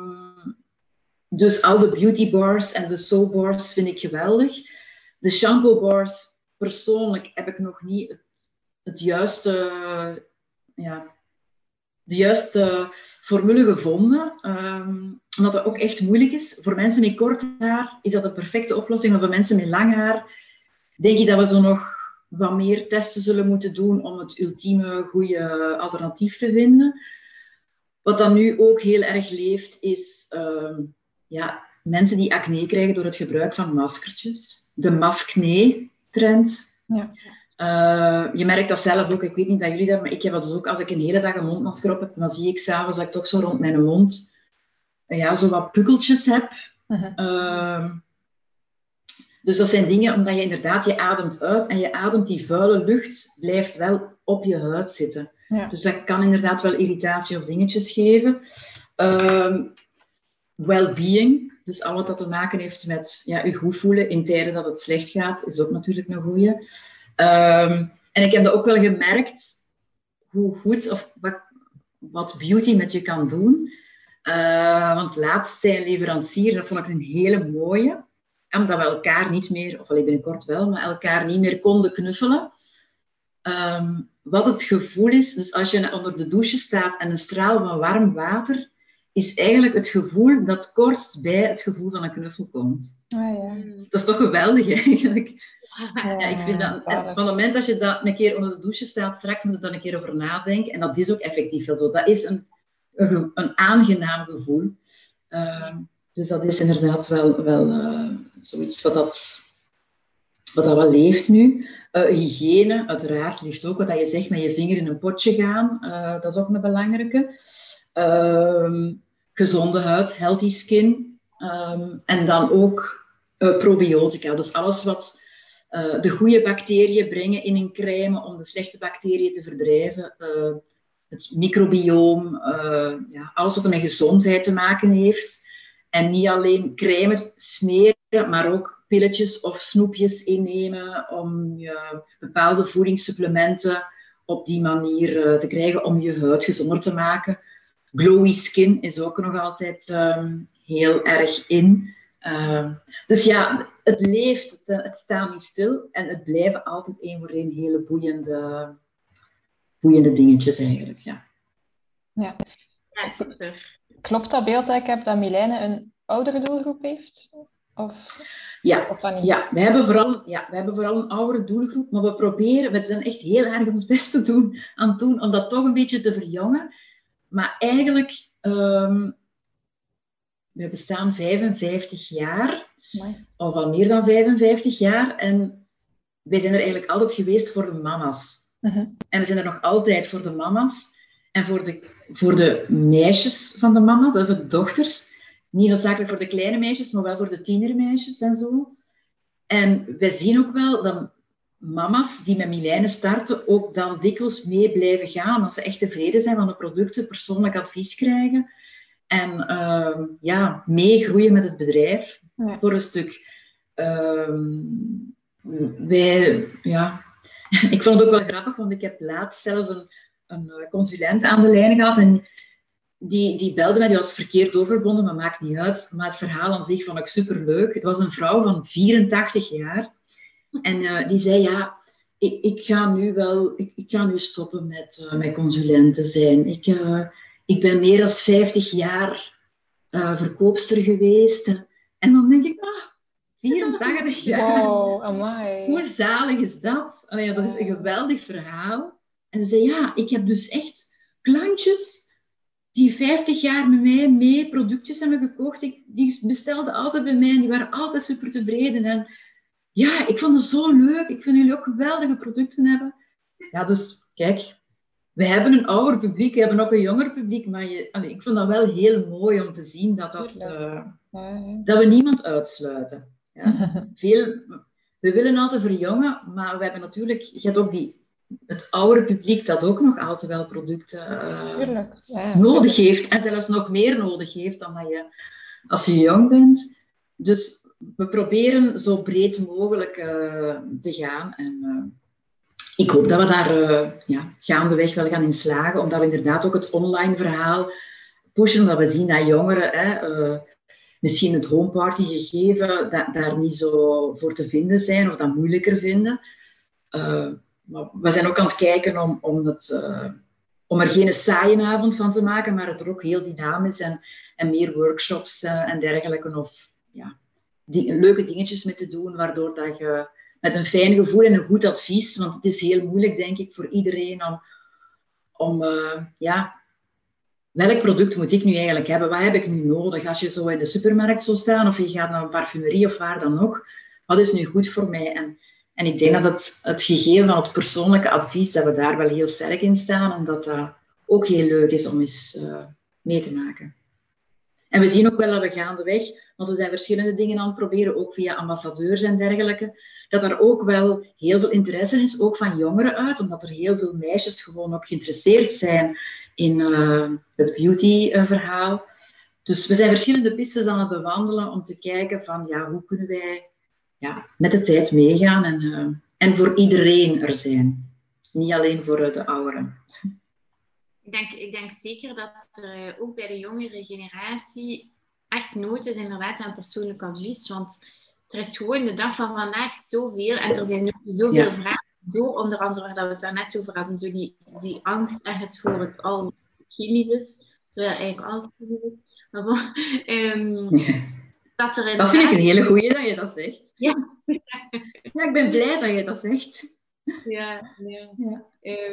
dus al de beauty bars en de soap bars vind ik geweldig. De shampoo bars, persoonlijk heb ik nog niet het, het juiste, ja, de juiste formule gevonden. Um, omdat dat ook echt moeilijk is. Voor mensen met kort haar is dat een perfecte oplossing. Maar voor mensen met lang haar denk ik dat we zo nog wat meer testen zullen moeten doen om het ultieme goede alternatief te vinden. Wat dan nu ook heel erg leeft, is um, ja, mensen die acne krijgen door het gebruik van maskertjes. De maskne-trend. Ja. Uh, je merkt dat zelf ook. Ik weet niet dat jullie dat, maar ik heb dat dus ook. Als ik een hele dag een mondmasker op heb, dan zie ik s'avonds dat ik toch zo rond mijn mond ja, zo wat pukkeltjes heb. Uh-huh. Uh, dus dat zijn dingen, omdat je inderdaad, je ademt uit en je ademt die vuile lucht, blijft wel op je huid zitten. Ja. Dus dat kan inderdaad wel irritatie of dingetjes geven. Uh, well-being. Dus al wat dat te maken heeft met ja, je goed voelen in tijden dat het slecht gaat, is ook natuurlijk een goeie. Um, en ik heb dat ook wel gemerkt, hoe goed of wat, wat beauty met je kan doen. Uh, want laatst zei een leverancier, dat vond ik een hele mooie, omdat we elkaar niet meer, of alleen binnenkort wel, maar elkaar niet meer konden knuffelen. Um, wat het gevoel is, dus als je onder de douche staat en een straal van warm water, is eigenlijk het gevoel dat kortst bij het gevoel van een knuffel komt. Oh, ja. Dat is toch geweldig eigenlijk. Ja, ja, ik vind dat, en van het moment dat je dat een keer onder de douche staat, straks moet je daar een keer over nadenken. En dat is ook effectief wel zo. Dat is een, een, een aangenaam gevoel. Uh, dus dat is inderdaad wel, wel uh, zoiets wat dat, wat dat wel leeft nu. Uh, hygiëne, uiteraard, leeft ook wat dat je zegt met je vinger in een potje gaan. Uh, dat is ook een belangrijke. Uh, gezonde huid, healthy skin. Um, en dan ook uh, probiotica. Dus alles wat uh, de goede bacteriën brengen in een crème om de slechte bacteriën te verdrijven. Uh, het microbioom, uh, ja, alles wat er met gezondheid te maken heeft. En niet alleen crème smeren, maar ook pilletjes of snoepjes innemen om je bepaalde voedingssupplementen op die manier uh, te krijgen om je huid gezonder te maken. Glowy skin is ook nog altijd um, heel erg in. Uh, dus ja, het leeft, het, het staat niet stil en het blijven altijd één voor één hele boeiende, boeiende dingetjes eigenlijk. Ja. Ja. Ja, super. Klopt dat beeld dat ik heb dat Milène een oudere doelgroep heeft? Of ja, of dat niet? Ja, we hebben vooral, ja, we hebben vooral een oudere doelgroep, maar we proberen, we zijn echt heel erg ons best te doen aan het doen om dat toch een beetje te verjongen. Maar eigenlijk, um, we bestaan vijfenvijftig jaar, Amai. of al meer dan vijfenvijftig jaar, en wij zijn er eigenlijk altijd geweest voor de mama's. Mm-hmm. En we zijn er nog altijd voor de mama's en voor de, voor de meisjes van de mama's, of de dochters. Niet noodzakelijk voor de kleine meisjes, maar wel voor de tienermeisjes en zo. En wij zien ook wel dat mama's die met Milène starten ook dan dikwijls mee blijven gaan als ze echt tevreden zijn van de producten, persoonlijk advies krijgen en uh, ja, meegroeien met het bedrijf ja. voor een stuk. Uh, wij, ja... Ik vond het ook wel grappig, want ik heb laatst zelfs een, een consulent aan de lijn gehad en die, die belde mij, die was verkeerd doorverbonden, maar maakt niet uit. Maar het verhaal aan zich vond ik superleuk. Het was een vrouw van vierentachtig jaar en uh, die zei, ja, ik, ik ga nu wel, ik, ik ga nu stoppen met, uh, met consulenten zijn. Ik, uh, ik ben meer dan vijftig jaar uh, verkoopster geweest. En dan denk ik, ah, vierentachtig jaar. Wow, amai. Hoe zalig is dat? Allee, dat is een geweldig verhaal. En ze zei, ja, ik heb dus echt klantjes die vijftig jaar met mij mee productjes hebben gekocht. Ik, die bestelden altijd bij mij en die waren altijd super tevreden. En ja, ik vond het zo leuk. Ik vind jullie ook geweldige producten hebben. Ja, dus kijk, we hebben een ouder publiek, we hebben ook een jonger publiek, maar je, allee, ik vind dat wel heel mooi om te zien dat, dat, uh, dat we niemand uitsluiten. Ja. Veel, we willen altijd verjongen, maar we hebben natuurlijk, je hebt ook die, het oudere publiek dat ook nog altijd wel producten uh, ja, nodig heeft en zelfs nog meer nodig heeft dan dat je als je jong bent. Dus we proberen zo breed mogelijk uh, te gaan en uh, ik hoop dat we daar uh, ja, gaandeweg wel gaan in slagen, omdat we inderdaad ook het online verhaal pushen, omdat we zien dat jongeren hè, uh, misschien het homeparty gegeven da- daar niet zo voor te vinden zijn of dat moeilijker vinden. Uh, maar we zijn ook aan het kijken om, om, het, uh, om er geen saaie avond van te maken, maar het er ook heel dynamisch en, en meer workshops uh, en dergelijke of ja, die, leuke dingetjes mee te doen, waardoor dat je met een fijn gevoel en een goed advies, want het is heel moeilijk, denk ik, voor iedereen om, om uh, ja, welk product moet ik nu eigenlijk hebben? Wat heb ik nu nodig? Als je zo in de supermarkt zou staan of je gaat naar een parfumerie of waar dan ook, wat is nu goed voor mij? En, en ik denk dat het, het gegeven van het persoonlijke advies, dat we daar wel heel sterk in staan en dat dat ook heel leuk is om eens uh, mee te maken. En we zien ook wel dat we gaandeweg, want we zijn verschillende dingen aan het proberen, ook via ambassadeurs en dergelijke, dat er ook wel heel veel interesse is, ook van jongeren uit, omdat er heel veel meisjes gewoon ook geïnteresseerd zijn in uh, het beauty-verhaal. Uh, dus we zijn verschillende pistes aan het bewandelen om te kijken van, ja, hoe kunnen wij ja, met de tijd meegaan en, uh, en voor iedereen er zijn. Niet alleen voor uh, de ouderen. Ik denk, ik denk zeker dat er ook bij de jongere generatie echt nood is inderdaad aan persoonlijk advies. Want er is gewoon de dag van vandaag zoveel en er zijn zoveel ja. vragen door, onder andere waar we het daar net over hadden, zo die, die angst ergens voor het al chemisch is, terwijl eigenlijk alles chemisch is. Maar bon, um, ja. dat, er dat vind ik een hele goeie dat je dat zegt. Ja. Ja, ik ben blij dat je dat zegt. Ja, ja. ja.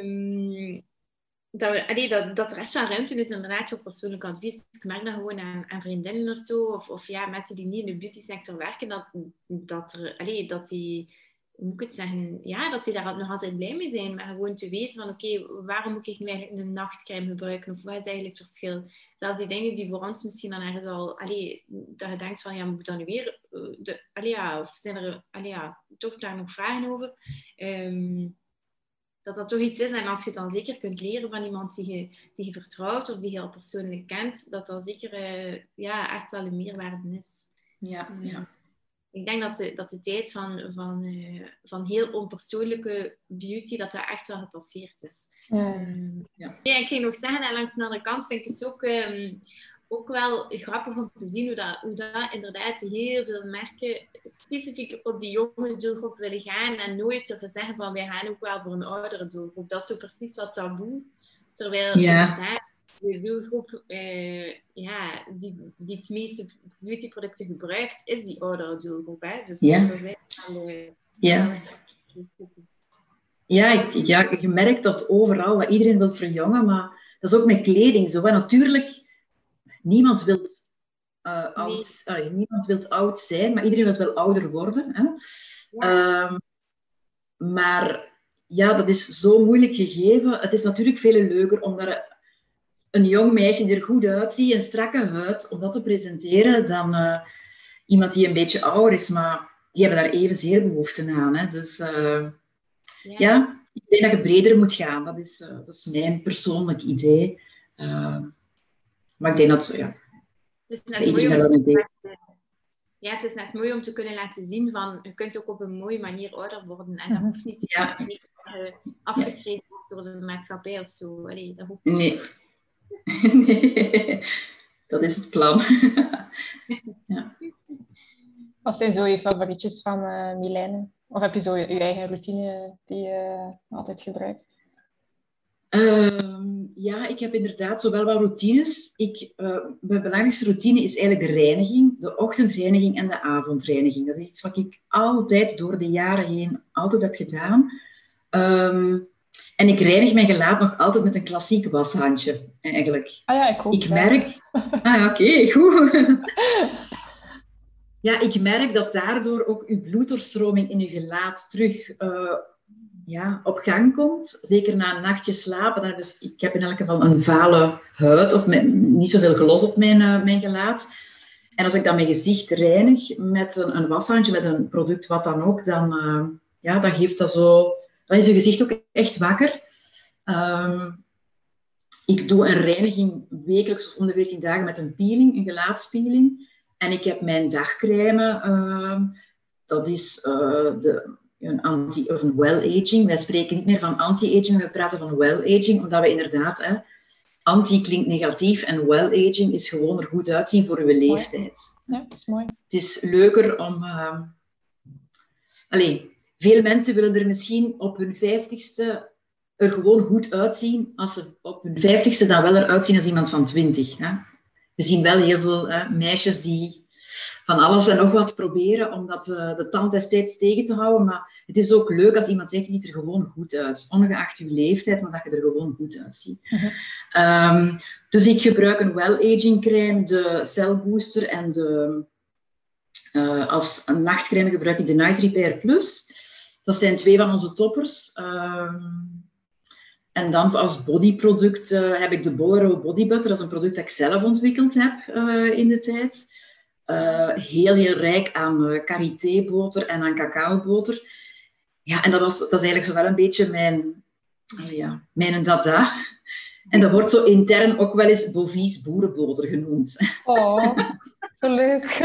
Um, Dat, we, allee, dat, dat er echt wel ruimte is inderdaad voor persoonlijk advies. Ik merk dat gewoon aan, aan vriendinnen of zo, of, of ja, mensen die niet in de beauty sector werken, dat, dat, er, allee, dat die, hoe moet ik het zeggen, ja, dat die daar nog altijd blij mee zijn, maar gewoon te weten van, oké, okay, waarom moet ik nu eigenlijk een nachtcrème gebruiken, of wat is eigenlijk het verschil? Zelfs die dingen die voor ons misschien dan ergens al, allee, dat je denkt van, ja, moet ik dan nu weer, de, allee, ja, of zijn er, allee, ja, toch daar nog vragen over? Um, dat dat toch iets is. En als je het dan zeker kunt leren van iemand die je, die je vertrouwt of die je heel persoonlijk kent, dat dat zeker uh, ja, echt wel een meerwaarde is. Ja, ja. ik denk dat de, dat de tijd van, van, uh, van heel onpersoonlijke beauty, dat dat echt wel gepasseerd is. Ja. Um, Ja. Ja, ik ging nog zeggen, en langs de andere kant vind ik het ook, um, ook wel grappig om te zien hoe dat, hoe dat inderdaad heel veel merken specifiek op die jonge doelgroep willen gaan en nooit durven zeggen van wij gaan ook wel voor een oudere doelgroep. Dat is zo precies wat taboe. Terwijl Ja. inderdaad de doelgroep uh, ja, die, die het meeste beautyproducten gebruikt, is die oudere doelgroep. Hè? Dus ja. dat is wel, uh, ja. Ja, ik, ja, je merkt dat overal, dat iedereen wil verjongen, maar dat is ook met kleding zo. Hè? Natuurlijk, niemand wil uh, oud, nee. uh, niemand wil oud zijn, maar iedereen wil wel ouder worden. Hè? Ja. Um, maar ja, dat is zo moeilijk gegeven. Het is natuurlijk veel leuker om daar een jong meisje die er goed uitziet, een strakke huid, om dat te presenteren, dan uh, iemand die een beetje ouder is, maar die hebben daar evenzeer behoefte aan. Hè? Dus uh, ja. ja, ik denk dat je breder moet gaan. Dat is, uh, dat is mijn persoonlijk idee. Uh, maar ik denk dat, ja... Het is net mooi om te, ja, het is net mooi om te kunnen laten zien van, je kunt ook op een mooie manier ouder worden. En dat hoeft niet, ja. niet uh, afgeschreven ja. door de maatschappij of zo. Allee, dat hoeft nee. nee, dat is het plan. ja. Wat zijn zo je favorietjes van uh, Milène? Of heb je zo je, je eigen routine die je altijd gebruikt? Uh, ja, ik heb inderdaad zowel wat routines. Ik, uh, mijn belangrijkste routine is eigenlijk de reiniging, de ochtendreiniging en de avondreiniging. Dat is iets wat ik altijd door de jaren heen altijd heb gedaan. Um, en ik reinig mijn gelaat nog altijd met een klassiek washandje, eigenlijk. Ah ja, ik ook. Ik merk... Ah, oké, okay, goed. Ja, ik merk dat daardoor ook uw bloeddoorstroming in uw gelaat terug uh, ja, op gang komt. Zeker na een nachtje slapen. Dan dus, ik heb in elk geval een vale huid of met, niet zoveel glos op mijn, uh, mijn gelaat. En als ik dan mijn gezicht reinig met een, een washandje, met een product wat dan ook, dan, uh, ja, dan geeft dat zo... Dan is je gezicht ook echt wakker. Um, ik doe een reiniging wekelijks of om de veertien dagen met een peeling, een gelaatspeeling. En ik heb mijn dagcrème, uh, dat is uh, de, een anti- of een well-aging. Wij spreken niet meer van anti-aging, we praten van well-aging, omdat we inderdaad, hè, anti klinkt negatief en well-aging is gewoon er goed uitzien voor uw leeftijd. Ja, dat is mooi. Het is leuker om... Uh, Allee, veel mensen willen er misschien op hun vijftigste er gewoon goed uitzien, als ze op hun vijftigste dan wel eruit zien als iemand van twintig. Hè? We zien wel heel veel hè, meisjes die van alles en nog wat proberen om dat, uh, de tand destijds tegen te houden. Maar het is ook leuk als iemand zegt, die ziet er gewoon goed uit. Ongeacht je leeftijd, maar dat je er gewoon goed uitziet. Uh-huh. Um, dus ik gebruik een well-aging crème, de Cell Booster en de, uh, als een nachtcrème gebruik ik de Night Repair Plus. Dat zijn twee van onze toppers. Um, En dan als bodyproduct uh, heb ik de Bolero Body Butter. Dat is een product dat ik zelf ontwikkeld heb uh, in de tijd. Uh, heel, heel rijk aan uh, karité-boter en aan cacaoboter. Ja, en dat, was, dat is eigenlijk zo wel een beetje mijn, uh, ja, mijn dada. En dat wordt zo intern ook wel eens Bovies boerenboter genoemd. Oh, zo leuk.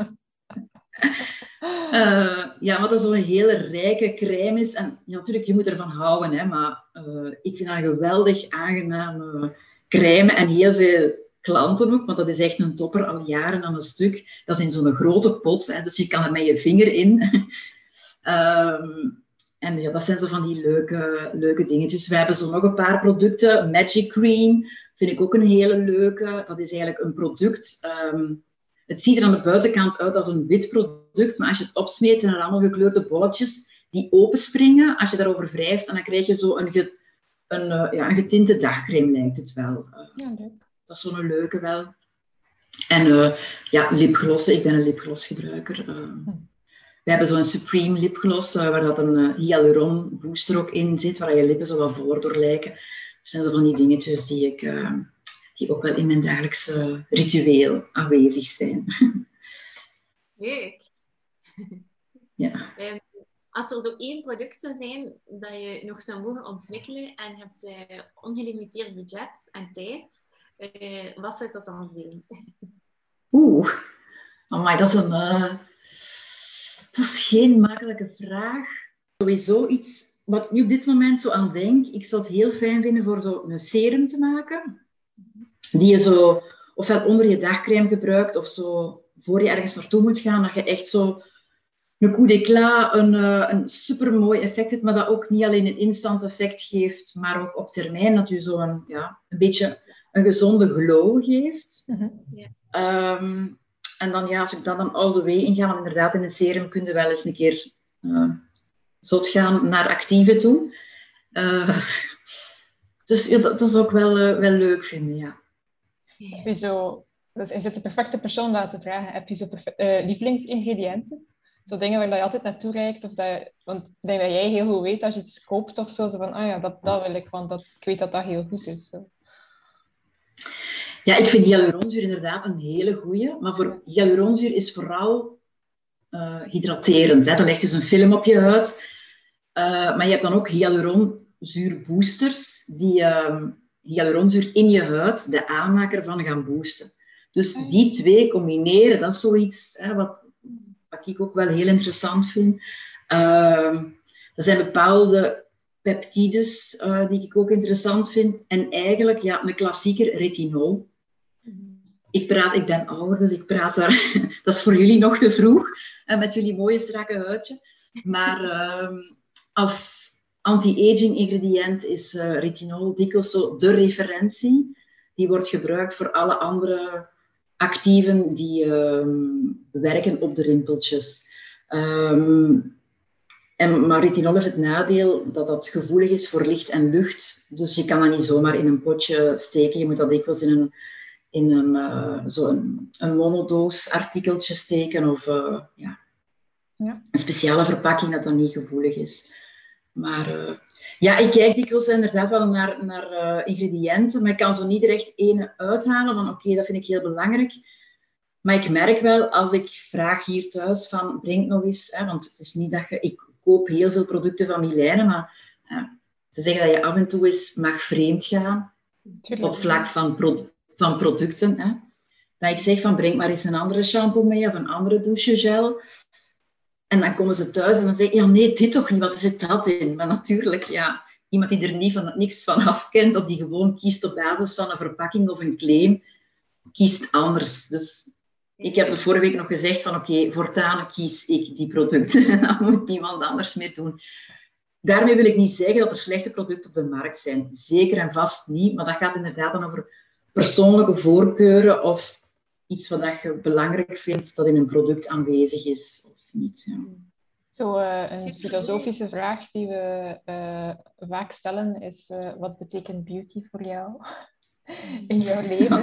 Uh, ja, wat dat zo'n hele rijke crème is. En ja, natuurlijk, je moet ervan houden, hè, maar uh, ik vind dat een geweldig aangename crème. En heel veel klanten ook, want dat is echt een topper, al jaren aan een stuk. Dat is in zo'n grote pot, hè, dus je kan er met je vinger in. um, en ja, dat zijn zo van die leuke, leuke dingetjes. We hebben zo nog een paar producten. Magic Cream vind ik ook een hele leuke. Dat is eigenlijk een product... Um, Het ziet er aan de buitenkant uit als een wit product, maar als je het opsmeet, zijn er allemaal gekleurde bolletjes die openspringen. Als je daarover wrijft, dan krijg je zo een, ge, een, uh, ja, een getinte dagcrème, lijkt het wel. Uh, ja, leuk. Dat is zo'n leuke wel. En uh, ja, lipglossen. Ik ben een lipglossgebruiker. Uh, hm. We hebben zo'n Supreme lipgloss, uh, waar dat een uh, hyaluron booster ook in zit, waar je lippen zo wat voller door lijken. Dat zijn zo van die dingetjes die ik... Uh, die ook wel in mijn dagelijkse ritueel aanwezig zijn. Leuk. Ja. Um, als er zo één product zou zijn dat je nog zou mogen ontwikkelen en je hebt uh, ongelimiteerd budget en tijd, uh, wat zou dat dan zijn? Oeh, amai, dat is een... Uh... Dat is geen makkelijke vraag. Sowieso iets wat ik nu op dit moment zo aan denk. Ik zou het heel fijn vinden voor zo een serum te maken. Die je zo ofwel onder je dagcrème gebruikt of zo voor je ergens naartoe moet gaan. Dat je echt zo een coup d'éclat, een, uh, een supermooi effect hebt. Maar dat ook niet alleen een instant effect geeft, maar ook op termijn dat je zo een, ja, een beetje een gezonde glow geeft. Mm-hmm. Ja. Um, en dan, ja, als ik dan, dan all the way inga, want inderdaad in een serum kun je wel eens een keer uh, zot gaan naar actieve toe. Uh, dus ja, dat, dat is ook wel, uh, wel leuk vinden, ja. Heb je zo, dus is het de perfecte persoon om dat te vragen? Heb je zo perfe- uh, lievelingsingrediënten? Zo dingen waar je altijd naartoe reikt? Of dat je, want ik denk dat jij heel goed weet als je iets koopt of zo. Zo van, ah ja, dat, dat wil ik, want dat, ik weet dat dat heel goed is. Zo. Ja, ik vind hyaluronzuur inderdaad een hele goeie. Maar voor hyaluronzuur is vooral uh, hydraterend. Hè. Dan leg je dus een film op je huid. Uh, maar je hebt dan ook hyaluronzuurboosters die uh, hyaluronzuur in je huid, de aanmaker van, gaan boosten. Dus die twee combineren, dat is zoiets hè, wat, wat ik ook wel heel interessant vind. Uh, er zijn bepaalde peptides uh, die ik ook interessant vind. En eigenlijk, ja, een klassieker, retinol. Ik, praat, ik ben ouder, dus ik praat daar... Dat is voor jullie nog te vroeg, hè, met jullie mooie strakke huidje. Maar uh, als anti-aging ingrediënt is uh, retinol dikwijls zo de referentie. Die wordt gebruikt voor alle andere actieven die uh, werken op de rimpeltjes. Um, en, maar retinol heeft het nadeel dat dat gevoelig is voor licht en lucht. Dus je kan dat niet zomaar in een potje steken. Je moet dat dikwijls in een, in een, uh, zo een, een monodoos artikeltje steken. Of uh, ja, ja. een speciale verpakking dat dan niet gevoelig is. Maar uh, ja, ik kijk dikwijls inderdaad wel naar, naar uh, ingrediënten. Maar ik kan zo niet direct ene uithalen van oké, okay, dat vind ik heel belangrijk. Maar ik merk wel, als ik vraag hier thuis van breng nog eens... Hè, want het is niet dat je... Ik, koop heel veel producten van Milène, maar uh, ze zeggen dat je af en toe eens mag vreemd gaan op vlak van, pro van producten. Hè. Dat ik zeg van breng maar eens een andere shampoo mee of een andere douchegel. En dan komen ze thuis en dan zeggen ja nee, dit toch niet, wat zit dat in? Maar natuurlijk, ja, iemand die er niet van, niks van afkent of die gewoon kiest op basis van een verpakking of een claim, kiest anders. Dus ik heb het vorige week nog gezegd van oké, okay, voortaan kies ik die producten. Dat moet niemand anders meer doen. Daarmee wil ik niet zeggen dat er slechte producten op de markt zijn. Zeker en vast niet. Maar dat gaat inderdaad dan over persoonlijke voorkeuren of iets wat je belangrijk vindt dat in een product aanwezig is of niet. Ja. Zo uh, een filosofische vraag die we uh, vaak stellen is uh, wat betekent beauty voor jou in jouw leven?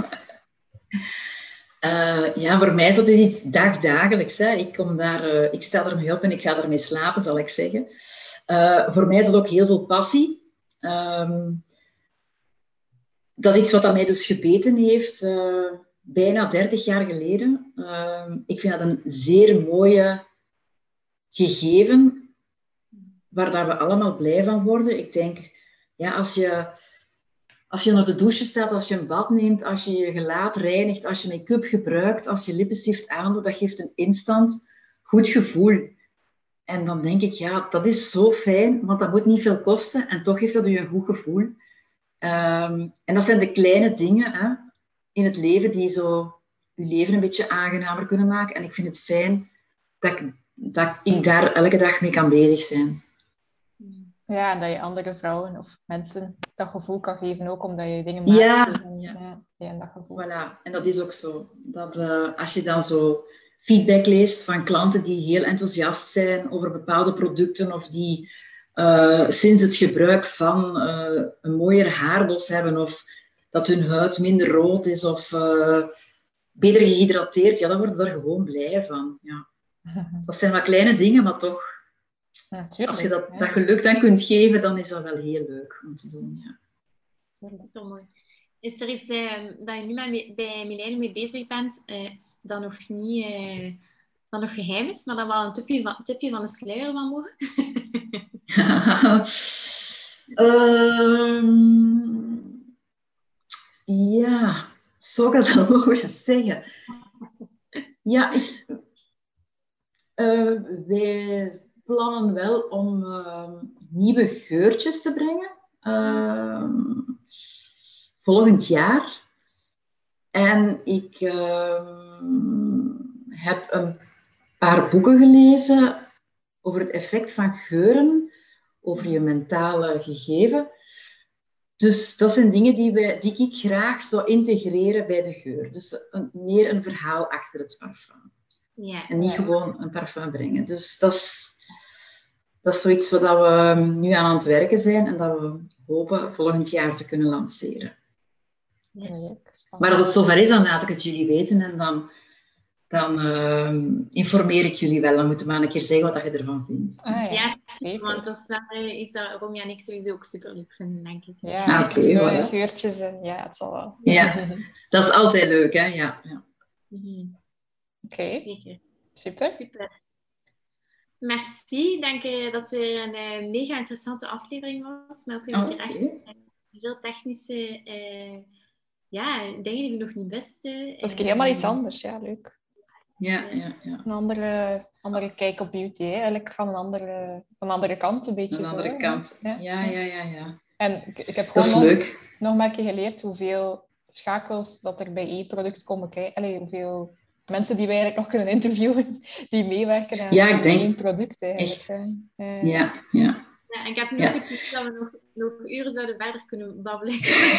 Uh, ja, voor mij is dat dus iets dagdagelijks. Hè. Ik, kom daar, uh, ik stel ermee op en ik ga ermee slapen, zal ik zeggen. Uh, voor mij is dat ook heel veel passie. Um, dat is iets wat aan mij dus gebeten heeft, uh, bijna dertig jaar geleden. Uh, ik vind dat een zeer mooie gegeven, waar dat we allemaal blij van worden. Ik denk, ja, als je... Als je onder de douche staat, als je een bad neemt, als je je gelaat reinigt, als je make-up gebruikt, als je lippenstift aandoet, dat geeft een instant goed gevoel. En dan denk ik, ja, dat is zo fijn, want dat moet niet veel kosten en toch geeft dat je een goed gevoel. Um, en dat zijn de kleine dingen hè, in het leven die zo je leven een beetje aangenamer kunnen maken. En ik vind het fijn dat ik, dat ik daar elke dag mee kan bezig zijn. Ja, en dat je andere vrouwen of mensen dat gevoel kan geven, ook omdat je dingen maakt. Ja, en, ja. ja, ja en dat gevoel. Voilà, en dat is ook zo. Dat, uh, als je dan zo feedback leest van klanten die heel enthousiast zijn over bepaalde producten of die uh, sinds het gebruik van uh, een mooier haardos hebben of dat hun huid minder rood is of uh, beter gehydrateerd, ja, dan worden we daar gewoon blij van. Ja. Dat zijn wat kleine dingen, maar toch... Ja, als je dat, dat geluk dan kunt geven, dan is dat wel heel leuk om te doen. Ja. Super mooi. Is er iets uh, dat je nu met, bij Milène mee bezig bent, uh, dat nog niet uh, dat nog geheim is, maar dat we al een tipje van, tipje van de sluier van mogen? um, ja, zou ik dat wel mogen zeggen? Ja, ik... Uh, wij plannen wel om uh, nieuwe geurtjes te brengen. Uh, volgend jaar. En ik uh, heb een paar boeken gelezen over het effect van geuren, over je mentale gegeven. Dus dat zijn dingen die, wij, die ik graag zou integreren bij de geur. Dus een, meer een verhaal achter het parfum. Ja. En niet gewoon een parfum brengen. Dus dat is, dat is zoiets wat we nu aan het werken zijn en dat we hopen volgend jaar te kunnen lanceren. Ja. Maar als het zover is, dan laat ik het jullie weten en dan, dan uh, informeer ik jullie wel. Dan moeten we maar een keer zeggen wat je ervan vindt. Ah, ja, ja, super, want dat is wel iets dat Romja en ik sowieso ook super leuk vinden, denk ik. Ja, ah, oké. Okay, voilà. Geurtjes en ja, het zal wel. Ja, dat is altijd leuk, hè? Ja. ja. Mm-hmm. Oké, okay. Zeker. Super. Super. Merci. Ik denk uh, dat het een uh, mega interessante aflevering was. Maar ook een keer echt uh, veel technische uh, ja, dingen die we nog niet wisten. Dat is helemaal iets anders, ja, leuk. Ja, ja, ja. Een andere, andere kijk op beauty, hè? Eigenlijk van een andere, van een andere kant een beetje. Een zo, andere hè? kant, ja, ja, ja, ja. ja. En ik, ik heb dat gewoon is nog, leuk. nog maar een keer geleerd hoeveel schakels dat er bij één product komen kijken. Allee, hoeveel mensen die we eigenlijk nog kunnen interviewen, die meewerken aan ja, ik denk, één product. Eigenlijk. Echt. Uh, ja, ja. Ja, en ik heb nu ja. ook het gevoel dat we nog, nog uren zouden verder kunnen babbelen.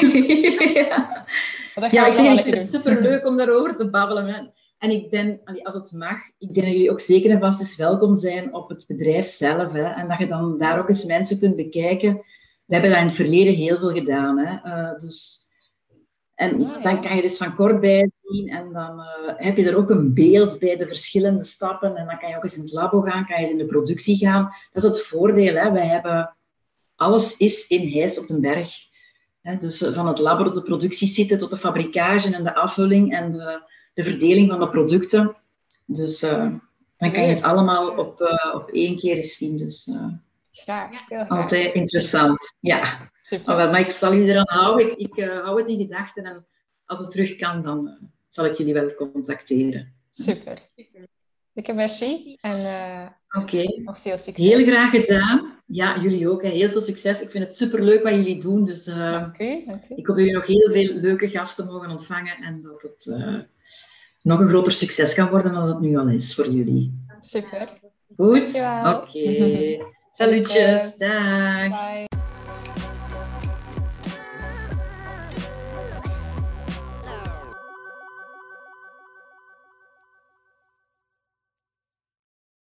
ja, ja ik, zeg, ik vind het superleuk om daarover te babbelen. Hè. En ik ben, als het mag, ik denk dat jullie ook zeker en vast eens welkom zijn op het bedrijf zelf. Hè. En dat je dan daar ook eens mensen kunt bekijken. We hebben dat in het verleden heel veel gedaan. Hè. Uh, dus, en ja, ja. dan kan je dus van kort bij zien. En dan uh, heb je er ook een beeld bij de verschillende stappen. En dan kan je ook eens in het labo gaan, kan je eens in de productie gaan. Dat is het voordeel. Hè. Wij hebben... Alles is in huis op den berg. He, dus van het labo tot de productie zitten, tot de fabrikage en de afvulling en de, de verdeling van de producten. Dus uh, dan kan je het allemaal op, uh, op één keer eens zien. Dus uh, graag, ja, altijd interessant. Ja. Super. Maar, maar ik zal jullie eraan houden. Ik, ik uh, hou het in gedachten en als het terug kan, dan uh, zal ik jullie wel contacteren. Super. Dikke merci en uh, okay. nog veel succes. Heel graag gedaan. Ja, jullie ook. Hè. Heel veel succes. Ik vind het superleuk wat jullie doen. Dus uh, dank u, dank u. ik hoop dat jullie nog heel veel leuke gasten mogen ontvangen en dat het uh, nog een groter succes kan worden dan het nu al is voor jullie. Super. Goed? Oké. Okay. Salutjes. Dag. Bye.